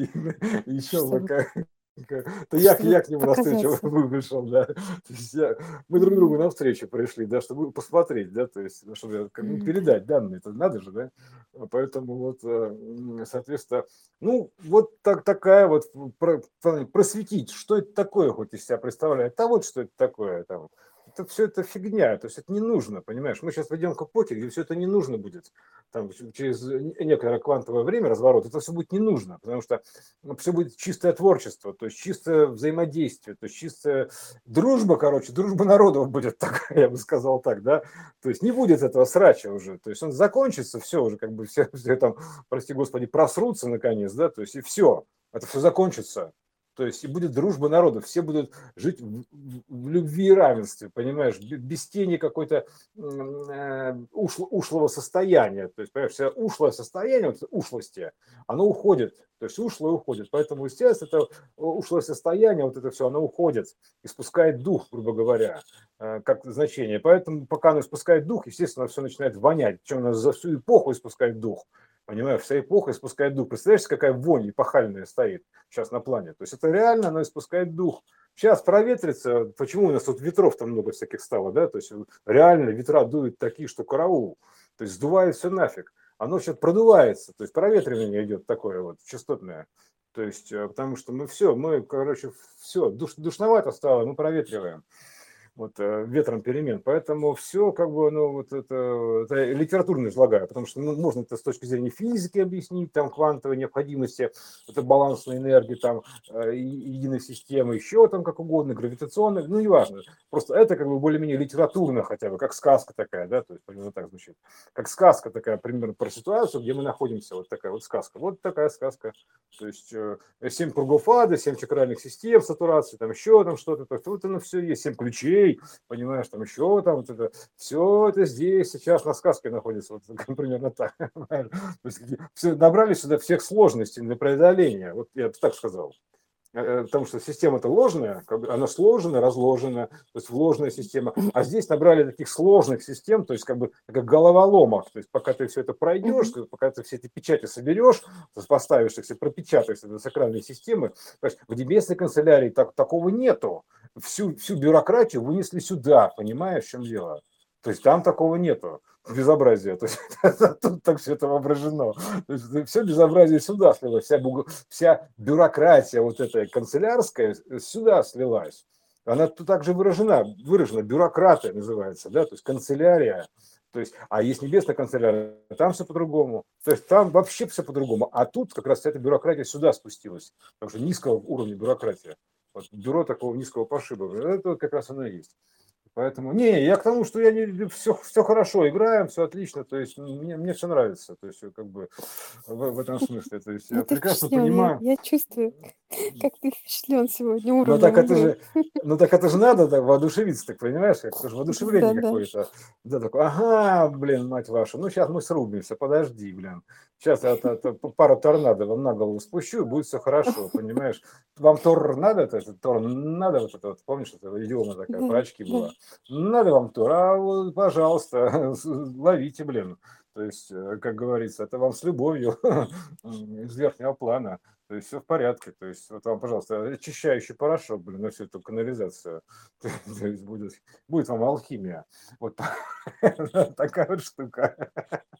Еще бы чтобы, как. как- То я, к- чтобы я к нему навстречу показаться. вышел, да. То есть я- мы друг другу Мгм. навстречу пришли, да, чтобы посмотреть, да, то есть, ну, чтобы как бы М, передать данные, это надо же, да. Поэтому вот, э, м, соответственно, ну, вот так, такая вот про- про- просветить, что это такое хоть из себя представляет. А вот что это такое там. Это все это фигня, то есть это не нужно, понимаешь? Мы сейчас войдем к эпохе, где все это не нужно будет. Там, ч- через некоторое квантовое время, разворот, это все будет не нужно, потому что все будет чистое творчество, то есть чистое взаимодействие, то есть чистая дружба, короче, дружба народов будет такая, я бы сказал так, да, то есть не будет этого срача уже, то есть он закончится, все уже, как бы все, все там, прости господи, просрутся наконец, да, то есть и все, это все закончится. То есть и будет дружба народов, все будут жить в, в- в любви и равенстве, понимаешь, бе- без тени какой-то м, э, ушло- ушлого состояния. То есть, понимаешь, вся ушлое состояние, вот ушлости, оно уходит. То есть ушлое уходит. Поэтому, естественно, это ушлое состояние, вот это все, оно уходит и спускает дух, грубо говоря, э, как значение. Поэтому, пока оно испускает дух, естественно, все начинает вонять. Причем у нас за всю эпоху испускает дух. Понимаешь, вся эпоха испускает дух. Представляешь, какая вонь эпохальная стоит сейчас на плане. То есть это реально, оно испускает дух. Сейчас проветрится, почему у нас тут ветров там много всяких стало, да, то есть реально ветра дуют такие, что караул, то есть сдувает все нафиг, оно сейчас продувается, то есть проветривание идет такое вот частотное, то есть э, потому что мы все, мы, короче, все, душ, душновато стало, мы проветриваем вот, э, ветром перемен. Поэтому все как бы, ну, вот это, это литературно излагаю, потому что ну, можно это с точки зрения физики объяснить, там, квантовой необходимости, это балансной энергии, там, э, единой системы, еще там как угодно, гравитационной, ну, неважно. Просто это как бы более-менее литературно хотя бы, как сказка такая, да, то есть примерно так звучит. Как сказка такая, примерно про ситуацию, где мы находимся, вот такая вот сказка. Вот такая сказка. То есть э, семь кругов ада, семь чакральных систем, сатурации, там еще там что-то, то есть вот оно все есть, семь ключей, понимаешь, там еще там вот это, все это здесь сейчас на сказке находится, вот примерно так. То есть, все, набрали сюда всех сложностей для преодоления, вот я бы так сказал. Э, потому что система-то ложная, как бы она сложена, разложена, то есть вложенная система. А здесь набрали таких сложных систем, то есть как бы как головоломок. То есть пока ты все это пройдешь, мгм. ты- пока ты все эти печати соберешь, поставишь их, все пропечатаешь это сакральные системы, то есть в небесной канцелярии так, такого нету. Всю, всю бюрократию вынесли сюда, понимаешь, в чем дело? То есть там такого нету безобразия. То есть тут так все это воображено. То есть все безобразие сюда слилось, вся, буг- вся бюрократия вот эта канцелярская сюда слилась. Она тут также выражена, выражена, бюрократия называется, да, то есть канцелярия. То есть, а есть небесная канцелярия, там все по-другому. То есть там вообще все по-другому. А тут как раз эта бюрократия сюда спустилась. Потому что низкого уровня бюрократия. Вот бюро такого низкого пошиба. Это вот как раз оно и есть. Поэтому, не, я к тому, что я не, все, все хорошо, играем, все отлично, то есть мне, мне все нравится, то есть как бы в, в этом смысле, то есть Ну, я ты прекрасно впечатлен, я, понимаю, я чувствую, как ты впечатлен сегодня но так уровнем это игры. же, ну так это же надо так воодушевиться, так понимаешь, как это же воодушевление Да-да. какое-то. Да, такое, ага, блин, мать вашу, ну сейчас мы срубимся, подожди, блин. Сейчас я это, это пару торнадо вам на голову спущу, и будет все хорошо, понимаешь. Вам Тор надо, это, это Тор надо, вот это вот, помнишь, это идиома такая, Да, про очки да. была. Надо вам Тор, а вот, пожалуйста, ловите, блин. То есть, э, как говорится, это вам с любовью из верхнего плана. То есть все в порядке. То есть вот вам, пожалуйста, очищающий порошок, блин, на всю эту канализацию. То есть будет, будет вам алхимия. Вот такая вот штука.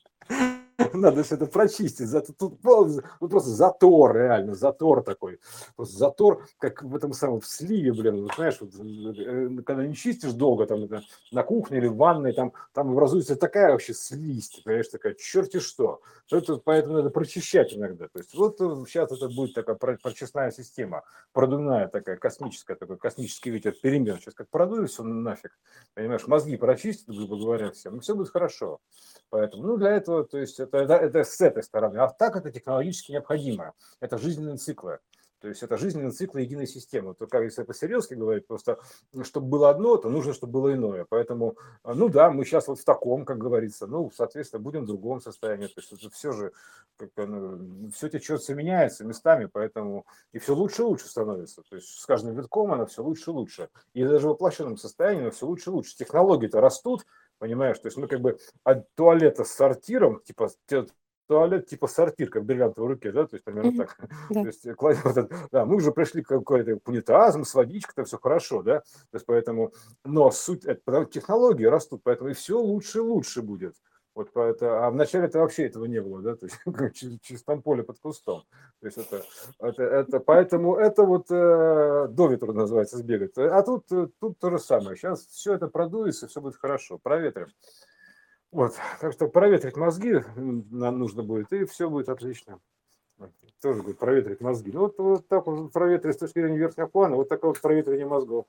Надо все это прочистить. Зато тут пол- ну, просто затор, реально, затор такой. Просто затор, как в этом самом в сливе, блин, вот знаешь, вот, э, когда не чистишь долго, там это, на кухне или в ванной, там, там образуется такая вообще слизь, ты понимаешь, такая, черти что. Это, поэтому надо прочищать иногда. То есть вот сейчас это будет такая про- прочистная система, продувная такая, космическая, такой космический ветер перемен. Сейчас как продует все нафиг, понимаешь, мозги прочистят, грубо говоря, всем, и все будет хорошо. Поэтому, ну, для этого, то есть, это, это, это с этой стороны. А так это технологически необходимо. Это жизненные циклы. То есть это жизненный цикл единой системы. То как если по-серьезки говорить, просто чтобы было одно, то нужно, чтобы было иное. Поэтому, ну да, мы сейчас вот в таком, как говорится, ну, соответственно, будем в другом состоянии. То есть это все же, как, ну, все течет, все меняется местами, поэтому и все лучше и лучше становится. То есть с каждым витком она все лучше и лучше. И даже в воплощенном состоянии она все лучше и лучше. Технологии-то растут, понимаешь? То есть мы как бы от туалета с сортиром, типа туалет типа сортир, как в бриллиантовой руке, да, то есть примерно Мгм. так. Да. То есть, кладем вот это, да, мы уже пришли к какой-то к унитазам, с водичкой, это все хорошо, да, то есть поэтому, но суть, это, потому что технологии растут, поэтому и все лучше и лучше будет. Вот поэтому, а вначале это вообще этого не было, да, то есть как через, через там поле под кустом. То есть это, это, это поэтому это вот э, до ветру называется сбегать. А тут, э, тут то же самое. Сейчас все это продуется, все будет хорошо. Проветрим. Вот, так что проветрить мозги м, нам нужно будет, и все будет отлично. Вот, тоже будет проветрить мозги. Ну, вот, вот так вот проветрить с точки зрения верхнего плана, вот такое вот проветривание мозгов.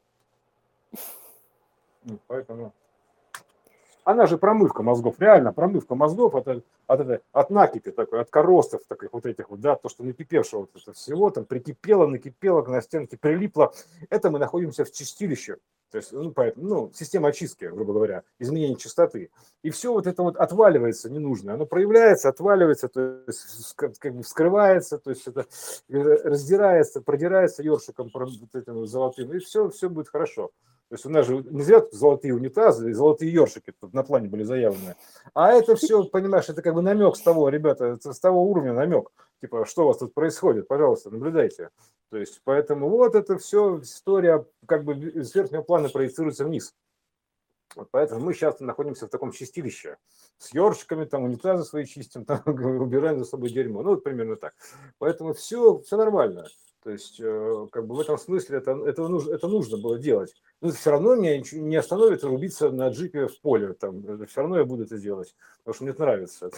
Ну, поэтому она же промывка мозгов, реально промывка мозгов от, от, от, от накипи такой, от коростов таких вот этих вот, да, то, что накипевшего вот это всего, там прикипело, накипело, на стенке прилипло. Это мы находимся в чистилище. То есть, ну, поэтому, ну, система очистки, грубо говоря, изменение частоты. И все вот это вот отваливается ненужное. Оно проявляется, отваливается, то есть как бы вскрывается, то есть это раздирается, продирается ёршиком вот этим золотым, и все, все будет хорошо. То есть у нас же не зря тут золотые унитазы и золотые ёршики тут на плане были заявлены. А это все, понимаешь, это как бы намек с того, ребята, с того уровня намек. Типа, что у вас тут происходит, пожалуйста, наблюдайте. То есть, поэтому вот это все история как бы с верхнего плана проецируется вниз. Вот поэтому мы сейчас находимся в таком чистилище. С ёршиками, там унитазы свои чистим, там убираем за собой дерьмо. Ну, вот примерно так. Поэтому все, все нормально. То есть, э, как бы в этом смысле это, это, нужно, это нужно было делать. Но все равно меня ничего не остановит рубиться на джипе в поле. Там, все равно я буду это делать, потому что мне это нравится.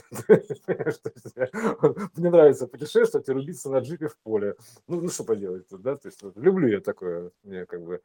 Мне нравится путешествовать и рубиться на джипе в поле. Ну, ну что поделать, да? То есть, люблю я такое. Мне как бы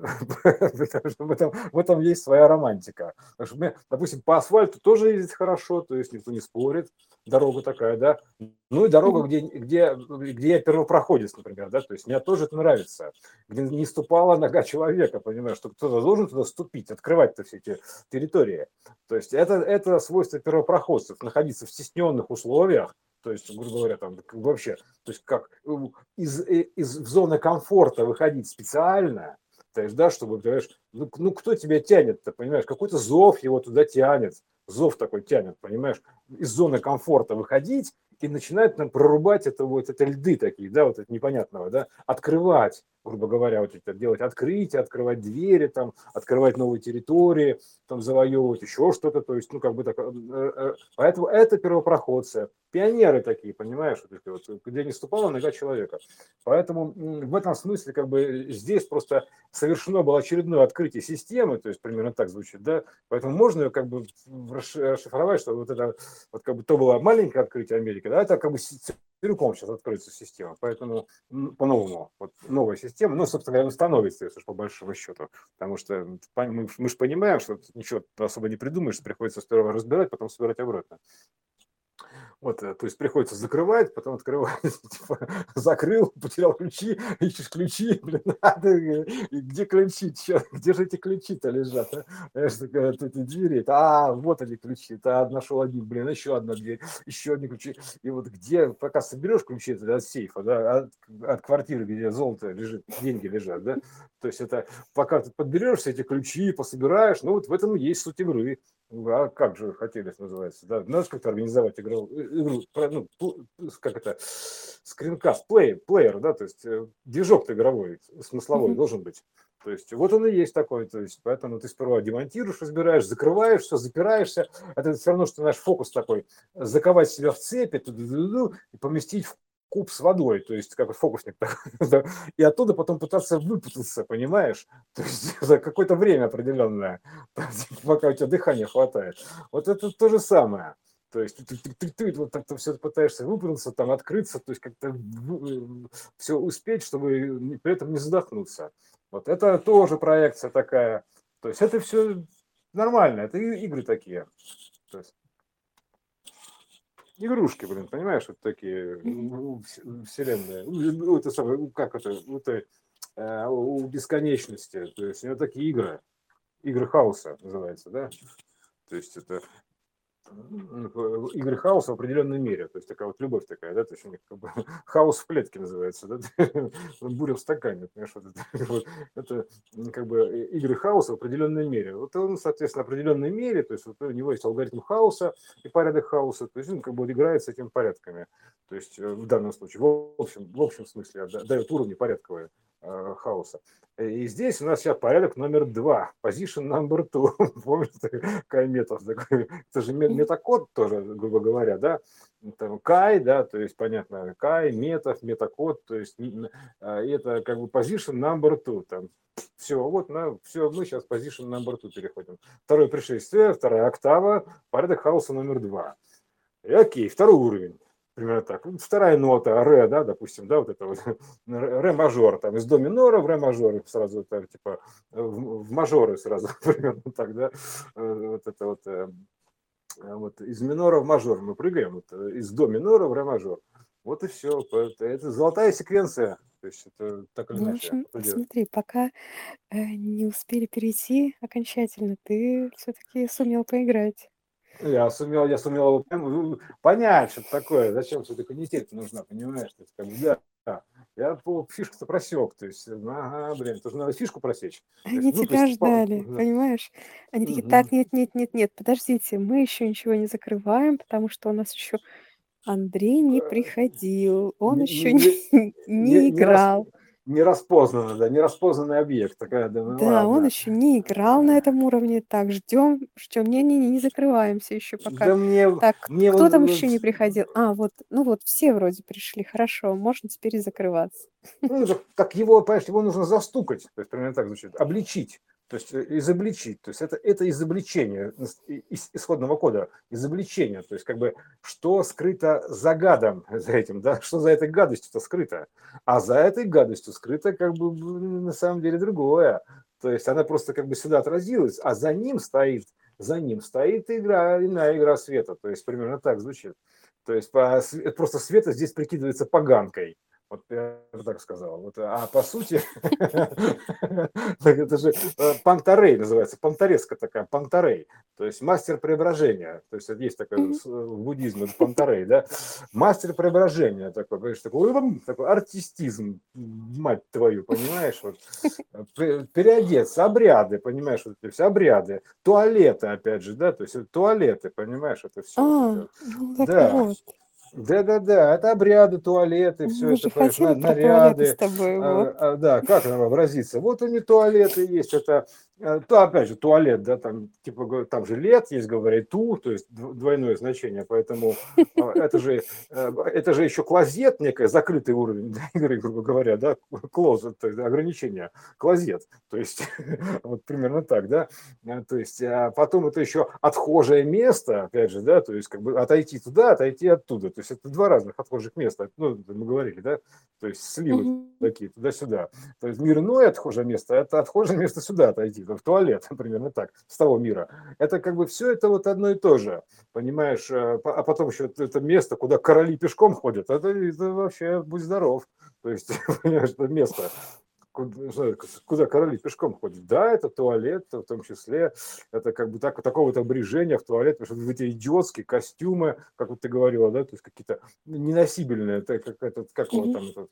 в этом, в этом есть своя романтика. Потому что, мне, допустим, по асфальту тоже ездить хорошо, то есть никто не спорит. Дорога такая, да. Ну и дорога, Мгм. где, где, где я первопроходец, например, да, то есть мне тоже это нравится. Где не ступала нога человека, понимаешь, что кто-то должен туда ступить, открывать-то все эти территории. То есть это, это свойство первопроходцев, находиться в стесненных условиях, то есть, грубо говоря, там вообще, то есть как из, из зоны комфорта выходить специально, то есть, да, чтобы, понимаешь, ну, ну кто тебя тянет-то, понимаешь, какой-то зов его туда тянет, зов такой тянет, понимаешь, из зоны комфорта выходить и начинать там прорубать это вот, это льды такие, да, вот это непонятного, да, открывать, грубо говоря, вот это делать открытие, открывать двери, там, открывать новые территории, там, завоевывать еще что-то, то есть, ну, как бы так, э, э, поэтому это первопроходцы, пионеры такие, понимаешь, вот, где не ступала нога человека. Поэтому в этом смысле, как бы, здесь просто совершено было очередное открытие системы, то есть примерно так звучит, да, поэтому можно ее как бы расшифровать, что вот это, вот как бы то было маленькое открытие Америки, да, это как бы целиком сейчас откроется система, поэтому по-новому, вот новая система, ну, собственно говоря, становится, если уж по большому счету, потому что мы, мы же понимаем, что ничего особо не придумаешь, приходится сперва разбирать, потом собирать обратно. Вот, то есть приходится закрывать, потом открывать, типа, закрыл, потерял ключи, ищешь ключи, блин, надо, где ключи, черт, где же эти ключи-то лежат, а? Знаешь, эти двери, а, вот они ключи, а, нашел один, блин, еще одна дверь, еще одни ключи, и вот где, пока соберешь ключи от сейфа, да, от, от квартиры, где золото лежит, деньги лежат, да, то есть это, пока ты подберешь все эти ключи, пособираешь, ну, вот в этом и есть суть игры. А как же хотели, называется, да, надо как-то организовать игру, игру, ну, как это, скринкаст, плей, плеер, да, то есть движок-то игровой, смысловой Мгм. должен быть. То есть вот он и есть такой, то есть поэтому ты сперва демонтируешь, разбираешь, закрываешь, все, запираешься. Это все равно, что наш фокус такой, заковать себя в цепи и поместить в куб с водой, то есть как фокусник такой, и оттуда потом пытаться выпутаться, понимаешь? То есть за какое-то время определенное, пока у тебя дыхания хватает. Вот это то же самое. То есть ты, ты, ты, ты вот так все пытаешься выпрыгнуться, там открыться, то есть как-то все успеть, чтобы при этом не задохнуться. Вот это тоже проекция такая. То есть это все нормально, это игры такие. То есть игрушки, блин, понимаешь, вот такие Мгм. у- у вс- вселенная. Ну, ну, это самое, ну, как это, вот, э, э, у бесконечности. То есть у него такие игры, игры хаоса называется, да? То есть это м, в- игры хаоса в определенной мере. То есть такая вот любовь такая, да, то есть у них как бы хаос в клетке называется, да, буря в стакане, понимаешь, вот это, вот, это м, как бы э, игры хаоса в определенной мере. Вот он, соответственно, в определенной мере, то есть вот у него есть алгоритм хаоса и порядок хаоса, то есть он как бы вот играет с этими порядками. То есть э, в данном случае, в общем, в общем смысле, да, дает уровни порядковые э, хаоса. И здесь у нас сейчас порядок номер два, position number two. Помните, такая мета, такой, это же ме- Мгм. метакод тоже, грубо говоря, да, там кай, да, то есть понятно, кай, метов, метакод, то есть н- а, это как бы position number two, там, все, вот, на, все, мы сейчас position number two переходим. Второе пришествие, вторая октава, порядок хаоса номер два. И окей, второй уровень. Примерно так. Ну, вторая нота, ре, да, допустим, да, вот это вот ре мажор, там из до минора в ре мажор сразу так, типа в, в мажоры сразу примерно так, да, Э, вот это вот, э, э, вот из минора в мажор мы прыгаем, вот, э, из до минора в ре мажор. Вот и все. Это, это золотая секвенция. То есть это так или Ну, в иначе. общем, Что делать? смотри, пока э, не успели перейти окончательно, ты все-таки сумел поиграть. Я сумел, я сумел пон- понять, что это такое, зачем все-таки канитель нужна, понимаешь? То есть, как бы, да, да. Я по фишку-то просек, то есть, ага, блин, тоже надо фишку просечь. То есть, Они ну, то тебя есть, по- ждали, понимаешь? Они такие, мгм. так, нет, нет, нет, нет, подождите, мы еще ничего не закрываем, потому что у нас еще Андрей не приходил, он не, еще не, не, не, не, не не, рас, играл. не распознанно, да, не распознанный объект, такая, да, ну Да, он ладно. еще не играл на этом уровне. Так, ждем, ждем. Не-не-не, не закрываемся еще пока. Да мне, Так, к- мне кто там вот, еще не приходил? А, вот, ну вот, все вроде пришли. Хорошо, можно теперь и закрываться. ну, это как его, понимаешь, его нужно застукать, то есть примерно так звучит, обличить, то есть э, изобличить, то есть это, это изобличение из исходного кода, изобличение, то есть как бы что скрыто за гадом за этим, да, что за этой гадостью-то скрыто, а за этой гадостью скрыто как бы на самом деле другое, то есть она просто как бы сюда отразилась, а за ним стоит, за ним стоит игра, иная игра света, то есть примерно так звучит, то есть по, просто света здесь прикидывается поганкой, вот я бы так сказал. Вот, а по сути, это же э, Пантарей называется, пантареска такая, Пантарей, то есть мастер преображения. То есть есть такое Мгм. в буддизме, Пантарей, да, мастер преображения такой, говоришь, такой, такой артистизм, мать твою, понимаешь, вот, переодеться, обряды, понимаешь, вот эти все обряды, туалеты, опять же, да, то есть туалеты, понимаешь, это все вот А, это, ну так да, вот. да-да-да, это обряды, туалеты, все Мы это, же понимаешь, хотели на- про туалеты с наряды, тобой, вот. а, а, да, как нам вообразиться? Вот они туалеты есть, это, э, то, опять же, туалет, да, там, типа, го- там же лет есть, говорят, ту, то есть дв- двойное значение, поэтому а, это же, э, это же еще клозет, некий закрытый уровень да, игры, грубо говоря, да, клозет, то есть ограничение, клозет, то есть вот примерно так, да, Э, то есть, а потом это еще отхожее место, опять же, да, то есть как бы отойти туда, отойти оттуда. То есть это два разных отхожих места. Ну, это мы говорили, да, то есть сливы Мгм. такие туда-сюда. То есть мир иное отхожее место, это отхожее место сюда отойти, в туалет, примерно так, с того мира. Это как бы все это вот одно и то же, понимаешь? э, по- А потом еще это место, куда короли пешком ходят, это, это вообще будь здоров. То есть, понимаешь, это место, куда, что, куда короли пешком ходят. Да, это туалет, в том числе, это как бы так, такого вот обрежения в туалет, потому что эти идиотские костюмы, как вот ты говорила, да, то есть какие-то неносибельные, это как, этот, как его Мгм. там, этот,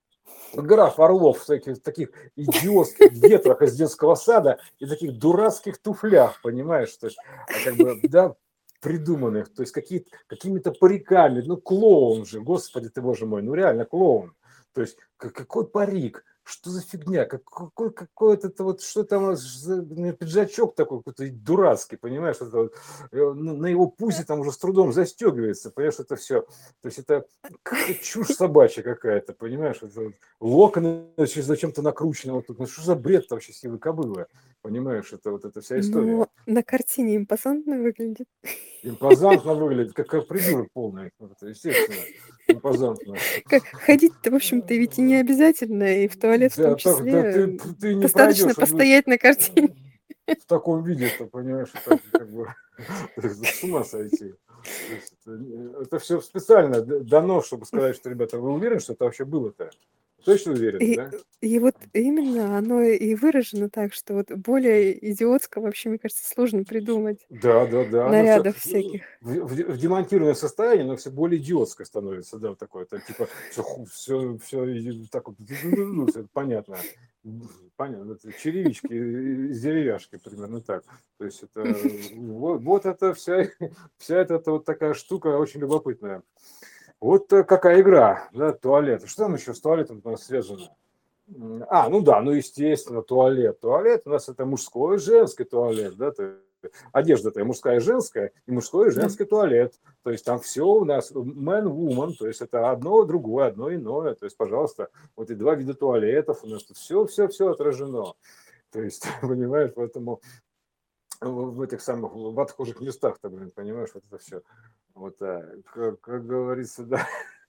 граф Орлов в таких, таких идиотских гетрах из детского сада и таких дурацких туфлях, понимаешь, то есть, а как бы, да, придуманных, то есть какие, какими-то париками, ну клоун же, господи ты боже мой, ну реально клоун, то есть к- какой парик, что за фигня, как- какой какой это вот, что там за пиджачок такой какой-то дурацкий, понимаешь, это вот, э, на на его пузе там уже с трудом застегивается, понимаешь, это все, то есть это какая-то чушь собачья какая-то, понимаешь, это вот локоны значит, зачем-то накручены вот тут. Ну что за бред вообще сивой кобылы? Понимаешь, это вот эта вся Но история. на картине импозантно выглядит. Импозантно выглядит, как, как придурок полный. Вот это, естественно, импозантно. Как ходить-то, в общем-то, ведь и не обязательно, и в туалет в том Да, так, да числе. ты, ты не Достаточно пройдешь постоять на картине. в таком виде, то понимаешь, это как бы с ума сойти. То есть это, э, это все специально д- дано, чтобы сказать, что, ребята, вы уверены, что это вообще было-то? Точно уверены, И, да? и вот именно оно и выражено так, что вот более идиотско вообще, мне кажется, сложно придумать Да, да, да, оно все нарядов всяких. в, в, в демонтированном состоянии, но все более идиотское становится, да, вот такое, это типа все, все, все так вот, ну, это понятно, понятно, это черевички из деревяшки, примерно так. То есть это вот, вот это вся, вся эта, эта вот такая штука очень любопытная. Вот э, какая игра, да, туалет. Что там еще с туалетом у нас связано? М, А, ну да, ну естественно, туалет. Туалет у нас это мужской и женский туалет, да, то есть одежда-то и мужская и женская, и мужской и Да. женский туалет. То есть там все у нас man, woman, то есть это одно, другое, одно иное. То есть, пожалуйста, вот и два вида туалетов у нас тут все, все, все отражено. То есть, понимаешь, поэтому в в этих самых, в отхожих местах-то, блин, понимаешь, вот это все. Вот так, как, как говорится, да.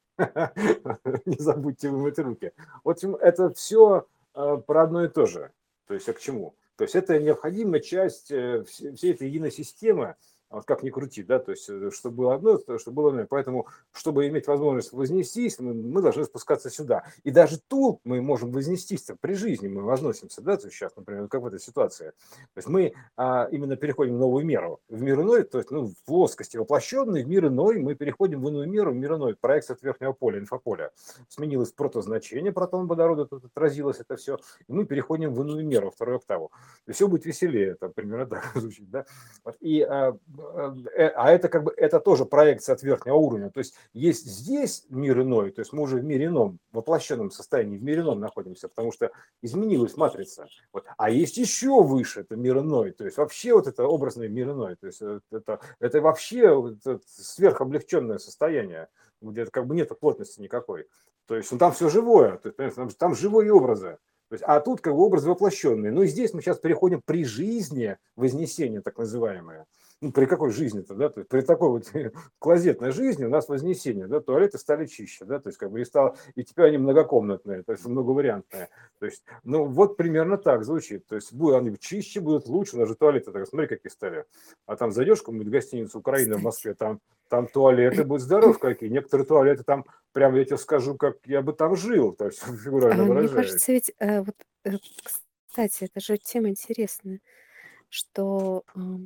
Не забудьте вымыть руки. Вот им это все про одно и то же. То есть, а к чему? То есть это необходимая часть э, вс- всей этой единой системы, а вот как ни крути, да, то есть, э, чтобы было одно, то, чтобы было иное. Поэтому, чтобы иметь возможность вознестись, мы, мы должны спускаться сюда. И даже тут мы можем вознестись при жизни, мы возносимся, да, то есть сейчас, например, как в этой ситуации. То есть мы а, именно переходим в новую меру, в мир иной, то есть ну, в плоскости воплощенной, в мир иной, мы переходим в иную меру, в мир иной, проекция от верхнего поля, инфополя. Сменилось протозначение, протон водорода, тут отразилось это все, и мы переходим в иную меру, вторую октаву. И все будет веселее, там, примерно так звучит, да. Вот, и, а, а, а это как бы, это тоже проекция от верхнего уровня, то есть есть здесь мир иной, то есть мы уже в мире ином, в воплощенном состоянии, в мире ином находимся, потому что изменилась матрица. Вот. А есть еще выше, это мир иной, то есть вообще вот это образный мир иной, то есть это, это вообще вот это сверхоблегченное состояние, где как бы нет плотности никакой. То есть ну, там все живое, то есть, там, там живые образы. То есть, а тут как бы образы воплощенные. Ну и здесь мы сейчас переходим при жизни вознесения, так называемое. Ну, при какой жизни-то, да, то есть при такой вот клозетной жизни у нас вознесение, да, туалеты стали чище, да, то есть как бы и стало, и теперь они многокомнатные, то есть многовариантные, то есть, ну, вот примерно так звучит, то есть будут они чище, будут лучше, даже туалеты, так, смотри, какие стали, а там зайдешь в какую-нибудь гостиницу Украины в Кстати. Москве, там, там туалеты, будут здоров какие, некоторые туалеты там, прям я тебе скажу, как я бы там жил, то есть А фигурально мне выражаясь. кажется, ведь э, вот, э, кстати, это же тема интересная, что ам,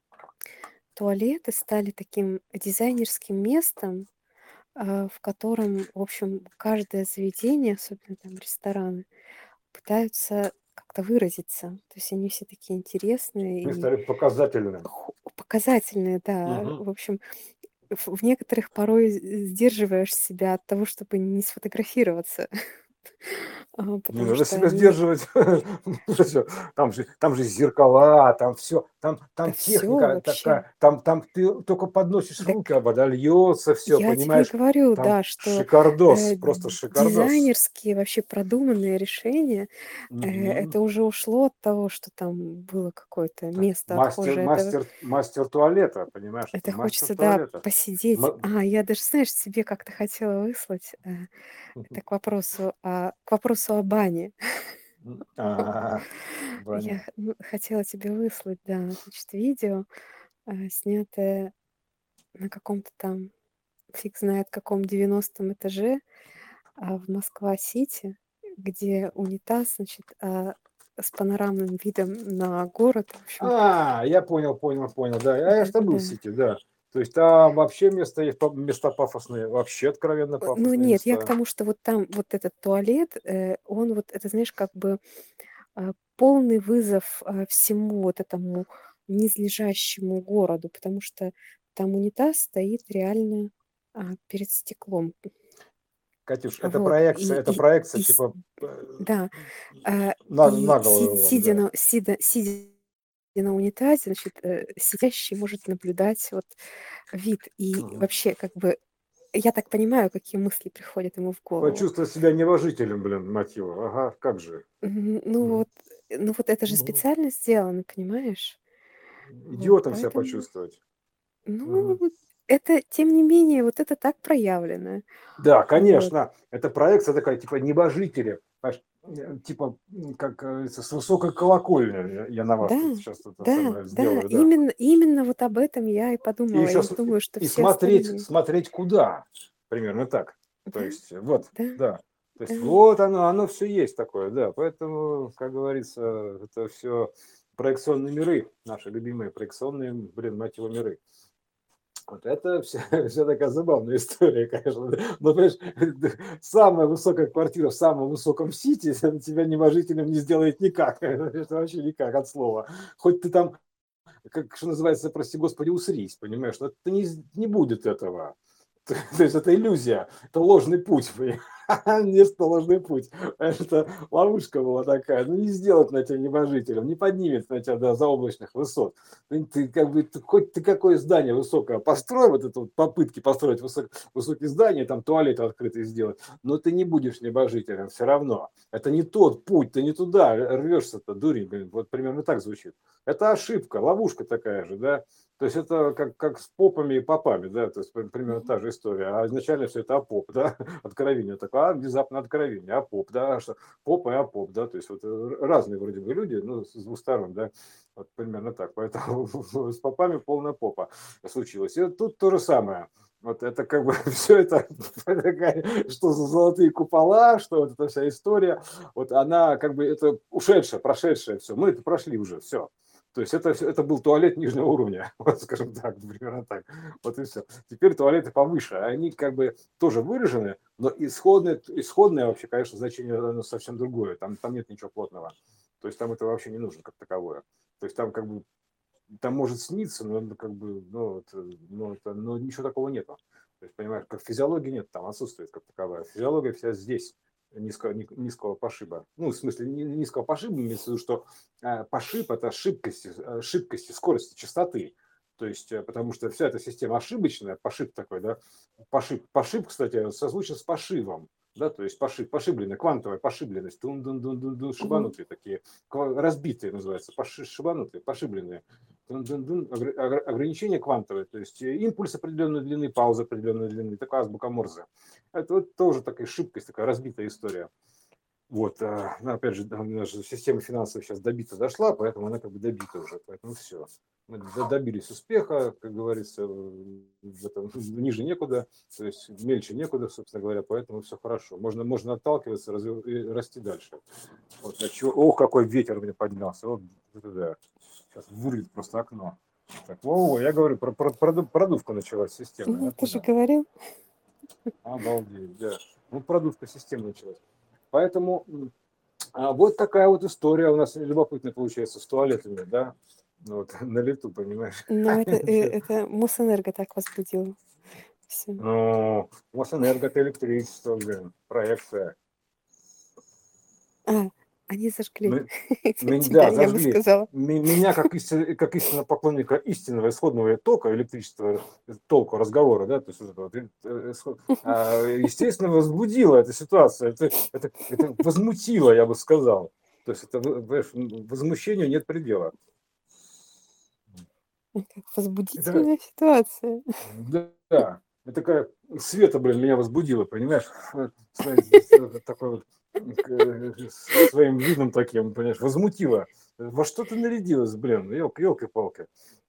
туалеты стали таким дизайнерским местом, а, в котором, в общем, каждое заведение, особенно там рестораны, пытаются как-то выразиться. То есть они все такие интересные Они и стали показательными. ху- показательные, да. Угу. В общем, в в некоторых порой з- сдерживаешь себя от того, чтобы не сфотографироваться, А, Не потому надо что себя они, сдерживать. Всё. Там же, там же зеркала, там все, там, да там все техника вообще. такая, там, там ты только подносишь руки, а Так вода льется, все, я тебе и понимаешь? говорю, Там да, что шикардос, э, просто шикардос. дизайнерские вообще продуманные решения, э, Мгм. это уже ушло от того, что там было какое-то Да. место Мастер, отхожее. Это мастер, мастер туалета, понимаешь? Это Это мастер хочется, да, туалета. посидеть. М- А, я даже, знаешь, себе как-то хотела выслать. э, Это к вопросу о, к вопросу о бане. А, Я Ваня. х- ну, хотела тебе выслать, да, значит, видео, э, снятое на каком-то там, фиг знает каком девяностом этаже а, в Москва-Сити, где унитаз, значит, а, с панорамным видом на город. В общем, А, я понял, понял, понял, да. А я что был да-да-да. в Сити, да. То есть там вообще места есть, па- места пафосные, вообще откровенно Э, ну пафосные нет, я к места. тому, что вот там вот этот туалет, э, он вот, это знаешь, как бы, а, полный вызов, а, всему вот этому низлежащему городу, потому что там унитаз стоит реально, а, перед стеклом. Катюш, это Вот, проекция, и это и проекция и с типа э, да, а, на, и на си голову его, сидя да. на сида сидя на унитазе, значит, э, сидящий может наблюдать вот вид. И Мгм. вообще, как бы, я так понимаю, какие мысли приходят ему в голову. Почувствовать себя неважителем, блин, мать его. Ага, как же. Мгм. Ну Мгм. вот, э, ну вот это же Мгм. специально сделано, понимаешь? Вот, Идиотом себя поэтому, почувствовать. ну, Мгм. вот это, тем не менее, вот это так проявлено. Да, Вот. конечно. Это проекция такая, типа небожители. Понимаешь? э, типа, м, как говорится, с высокой колокольни я я на вас Да, тут сейчас это да, самое да, сделаю, да. именно, именно вот об этом я и И подумала. еще И думаю, что и все смотреть остальные. смотреть куда, примерно так. То Да, есть вот, да, да. То да. есть вот оно оно все есть такое, да. Поэтому, как говорится, это все проекционные миры, наши любимые проекционные, блин, мать его, миры. Вот это вся, вся такая забавная история, конечно. Да. Но, понимаешь, самая высокая квартира в самом высоком сити тебя небожителем не сделает никак. Это вообще никак от слова. Хоть ты там, как что называется, прости господи, усрись, понимаешь? Но это не, не будет этого. То есть это иллюзия, это ложный путь, нет, это ложный путь. Это ловушка была такая. Ну не сделать на тебя небожителем, не поднимет на тебя до заоблачных высот. Ты, ты как бы, ты, хоть ты какое здание высокое построй, вот это вот попытки построить высок, высокие здания, там туалеты открытые сделать, но ты не будешь небожителем все равно. Это не тот путь, ты не туда рвешься-то, дурень, блин. Вот примерно так звучит. Это ошибка, ловушка такая же, да. То есть это как, как с попами и попами, да, то есть примерно та же история. А изначально все это апоп, да, откровение такое, а внезапно откровение, апоп, да, что поп и апоп, да, то есть вот разные вроде бы люди, ну, с двух сторон, да, вот примерно так. Поэтому с попами полная попа случилось. И тут то же самое. Вот это как бы все это, что за золотые купола, что вот эта вся история, вот она как бы это ушедшая, прошедшая все. Мы это прошли уже, все. То есть это, это был туалет нижнего уровня, вот скажем так, примерно так. Вот и все. Теперь туалеты повыше. Они как бы тоже выражены, но исходное, исходное вообще, конечно, значение оно совсем другое. Там, там нет ничего плотного. То есть там это вообще не нужно как таковое. То есть там как бы там может сниться, но как бы, ну, вот, ну, это, но ничего такого нету. То есть, понимаешь, как физиологии нет, там отсутствует как таковая. Физиология вся здесь низкого, низкого пошиба. Ну, в смысле, низкого пошиба имеется в виду, что э, пошиб это шибкости, э, шибкости, скорости, частоты. То есть, э, потому что вся эта система ошибочная, пошиб такой, да, пошиб, пошиб, кстати, созвучен с пошивом, да, то есть пошиб, пошибленная, квантовая пошибленность, дун -дун -дун -дун -дун, Мгм. шибанутые такие, разбитые называются, поши, шибанутые, пошибленные. Ограничение квантовое, то есть импульс определенной длины, пауза определенной длины, такая азбука Морзе. Это вот тоже такая шибкость, такая разбитая история. Вот, но опять же, наша система финансовая сейчас добита дошла, поэтому она как бы добита уже, поэтому все. Мы добились успеха, как говорится, в этом, ниже некуда, то есть мельче некуда, собственно говоря, поэтому все хорошо. Можно, можно отталкиваться, развив, и расти дальше. Вот, чего, ох, какой ветер у меня поднялся. Вот, да. Сейчас вырвет просто окно. Так, во, я говорю, про, про, проду- продувка началась системная. Ну, ты же Оттуда. говорил. Обалдеть, да. Ну, продувка системная началась. Поэтому а, вот такая вот история у нас любопытная получается с туалетами, да. Вот, на лету, понимаешь. Но это, э, это Мосэнерго так возбудило. Все. Ну, Мосэнерго, это электричество, блин, проекция. А, они зажгли. Мы, мы- Тебя, да, я бы зажгли. сказала. Ми- Меня, как, исти- как истинного поклонника истинного исходного тока, электричества, э, толку разговора, да, то есть, вот это вот, э, э, исход- а, естественно, возбудила эта ситуация, это, это, это возмутило, я бы сказал. То есть это вы- понимаешь, возмущению нет предела. Как Это, возбудительная ситуация. да, да. Это такая Света, блин, меня возбудила, понимаешь, своим, с- такой вот, э, своим видом таким, понимаешь, возмутила. Во что ты нарядилась, блин, елки-палки.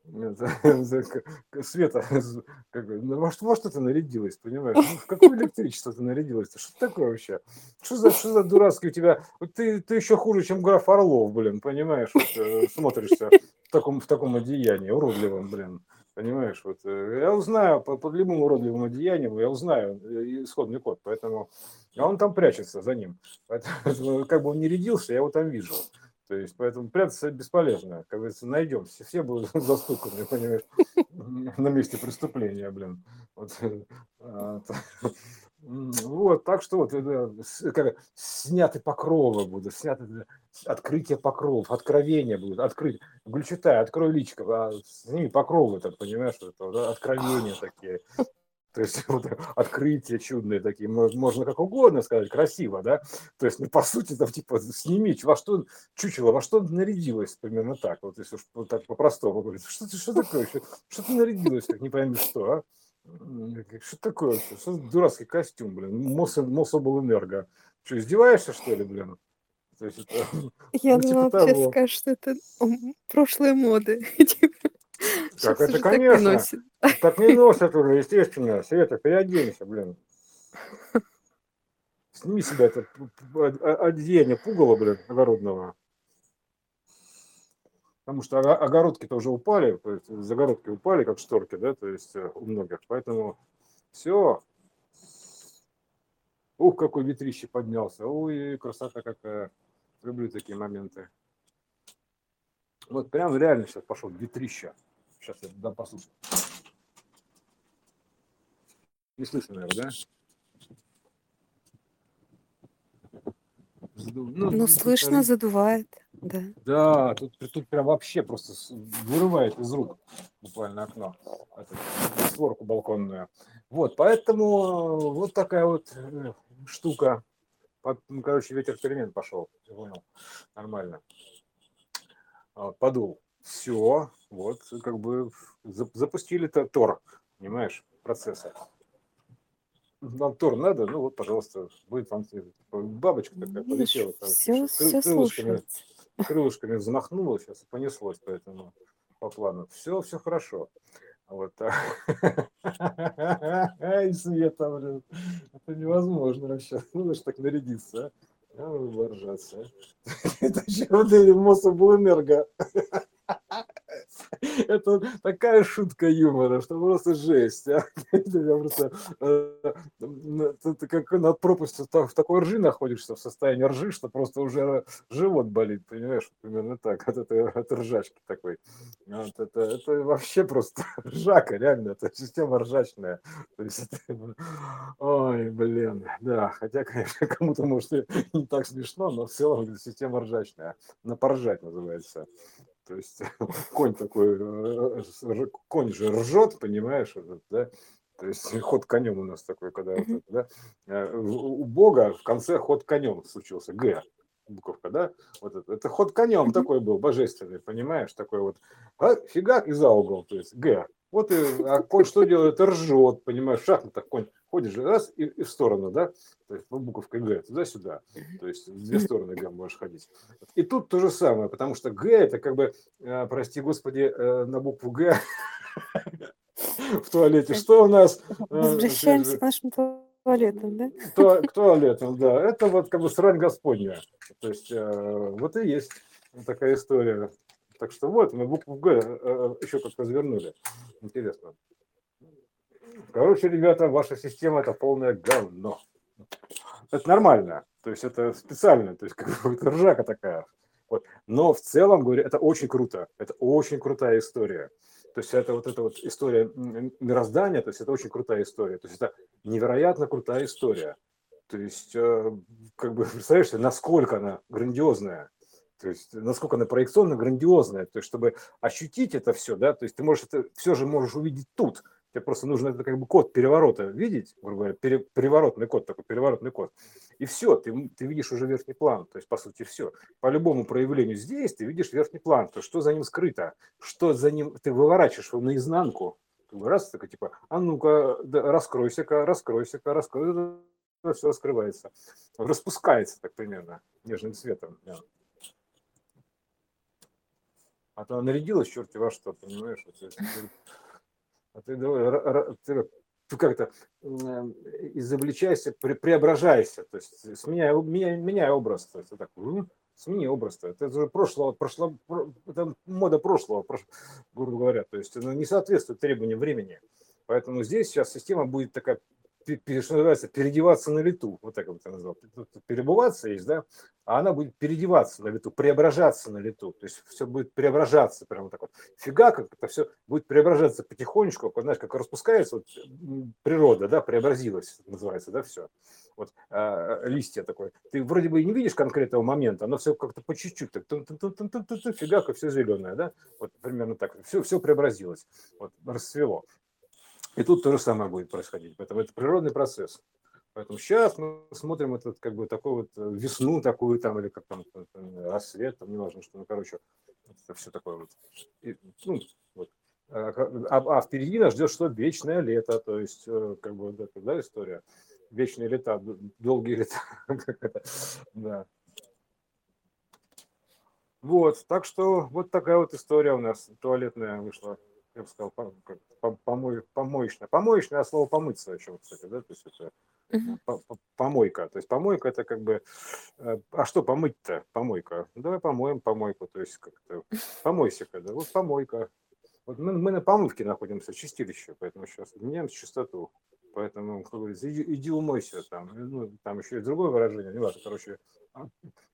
Света, как бы, ну, во, что, во что ты нарядилась, понимаешь? Ну, в какое электричество ты нарядилась? Что такое вообще? Что за, что за дурацкий у тебя? Вот ты, ты еще хуже, чем граф Орлов, блин, понимаешь? Вот, э, смотришься в таком, в таком одеянии, уродливом, блин. Понимаешь, вот э, я узнаю по, по любому уродливому одеянию, я узнаю э, исходный код, поэтому, а он там прячется за ним, поэтому как бы он не рядился, я его там вижу, то есть поэтому прятаться бесполезно, как говорится, найдем, все, все будут застуканы, понимаешь, на месте преступления, блин, вот, а, вот, так что вот это, с- как, сняты покровы будут, сняты открытие покровов, откровения будут, открыть. Гульчатай, открой личко, а, сними покровы, так понимаешь, это вот, да, откровения такие. То есть вот, открытия чудные такие, можно как угодно сказать, красиво, да. То есть, ну, по сути, там типа сними, во что чучело, во что нарядилась, примерно так, вот если уж вот так по-простому говорить. Что, ты- что такое? Что, что ты нарядилась, как не пойми что, а? М, Что такое вообще? Что за дурацкий костюм, блин? Мос, Мособлэнерго. Что, издеваешься, что ли, блин? То есть это, Я ну, типа думала, ты сейчас того. скажешь, что это м, прошлые моды. Типа, Как щас это, уже так не конечно. носят. Так не носят уже, естественно. Света, переоденься, блин. Сними себя это п- п- од- о- одеяние пугало, блин, огородного. Потому что ого- огородки-то уже упали, то есть загородки упали, как шторки, да, то есть э, у многих. Поэтому все. Ух, какой ветрище поднялся. Ой, красота какая. Люблю такие моменты. Вот прям реально сейчас пошел ветрища. Сейчас я дам послушать. Не слышно, наверное, да? Сду- Ну, Ну, тут, слышно, наверное, задувает, да. да, тут, тут прям вообще просто с- вырывает из рук буквально окно, это, створку балконную. Вот, поэтому вот такая вот э, штука. По- ну, короче, ветер перемен пошел, я понял, нормально. А, подул. Все, вот, как бы за- запустили-то Тор, понимаешь, процессы. Вам Тор надо, ну вот, пожалуйста, будет вам э, бабочка такая Видишь, полетела, короче, все, сейчас все крылышками слушается. крылышками взмахнуло, сейчас понеслось, поэтому по плану. Все, все хорошо. Вот так. Ай, Света, блин. Это невозможно вообще. Ну, же так нарядиться, а? А, воржаться. Это еще вот Мособлэнерго. Это такая шутка юмора, что просто жесть. А. Я просто, э, ты, ты как над пропастью в такой ржи находишься, в состоянии ржи, что просто уже живот болит, понимаешь, примерно так, от этой от ржачки такой. Вот это, это вообще просто ржака, реально, это система ржачная. То есть это, ой, блин, да, хотя, конечно, кому-то может и не так смешно, но в целом это система ржачная. На поржать называется. То есть конь такой, э, р- конь же ржет, понимаешь, вот это, да? То есть ход конем у нас такой, когда вот Мгм. это, да? Э, У у Бога в конце ход конем случился, Г, буковка, да? Вот это, это ход конем Мгм. такой был, божественный, понимаешь, такой вот, а, фигак и за угол, то есть Г. Вот и, а конь что делает? Ржет, понимаешь, в шахматах конь ходишь же раз и, и в сторону, да? То есть буковка Г, туда-сюда, то есть в две стороны Г можешь ходить. И тут то же самое, потому что Г это как бы, э, прости господи, э, на букву Г в туалете. Так, Что у нас? э, опять возвращаемся же, к нашим туалетам, да? то- к туалету, да. Это вот как бы срань господня. То есть э, вот и есть такая история. Так что вот мы букву Г э, еще как развернули. Интересно. Короче, ребята, ваша система это полное говно. Это нормально. То есть это специально. То есть как бы это ржака такая. Вот. Но в целом, говорю, это очень круто. Это очень крутая история. То есть это вот эта вот история м, мироздания, то есть это очень крутая история. То есть это невероятно крутая история. То есть, э, как бы, представляешь, себе, насколько она грандиозная. То есть, насколько она проекционно грандиозная. То есть, чтобы ощутить это все, да, то есть ты можешь это все же можешь увидеть тут. Тебе просто нужно это как бы код переворота видеть, грубо говоря, пере, переворотный код, такой переворотный код. И все, ты, ты видишь уже верхний план. То есть, по сути, все. По любому проявлению здесь ты видишь верхний план. То, что за ним скрыто, что за ним ты выворачиваешь его наизнанку. Раз, такой, типа, а ну-ка, да, раскройся-ка, раскройся-ка, раскройся, все раскрывается. Распускается так примерно нежным цветом. Да. А то нарядилась черти во что, понимаешь? Вот, ты, а ты, давай, ра- ра- ты, ты как-то э, изобличайся, пре- преображайся, то есть сменяй, меняй, меняй образ. То есть, вот так, м, смени образ-то. Это же прошлого, прошло, про- это мода прошлого, прош- грубо говоря. То есть она не соответствует требованиям времени. Поэтому здесь сейчас система будет такая, пе- пе- что называется, переодеваться на лету. Вот так вот я назвал. Тут перебываться есть, да? А она будет переодеваться на лету, преображаться на лету. То есть все будет преображаться прямо так вот. Фига, как это все будет преображаться потихонечку, как, знаешь, как распускается вот, природа, да, преобразилась, называется, да, все. Вот а, листья такой. Ты вроде бы и не видишь конкретного момента, оно все как-то по чуть-чуть, так, фигак, и все зеленое, да, вот примерно так. Все, все преобразилось, вот, расцвело. И тут то же самое будет происходить. Поэтому это природный процесс. Поэтому сейчас мы смотрим этот как бы такой вот весну такую там или как там рассвет, там неважно что, ну короче, это все такое вот. И, ну, вот. А, а, а впереди нас ждет что? Вечное лето, то есть как бы вот эта, да, история. Вечные лета, долгие лета. Да. Вот, так что вот такая вот история у нас туалетная вышла. Я бы сказал, по- как по- помой- помоечная. Помоечная, а слово помыться еще, вот, кстати, да, то есть это Мгм. э, по- по- помойка. То есть помойка это как бы, э, а что помыть-то? Помойка. Ну, давай помоем помойку, то есть как-то помойся когда. Вот помойка. Вот мы, мы на помывке находимся, чистилище, поэтому сейчас меняем чистоту. Поэтому, как говорится, иди, иди умойся там. Ну, там еще есть другое выражение, не важно, короче, а,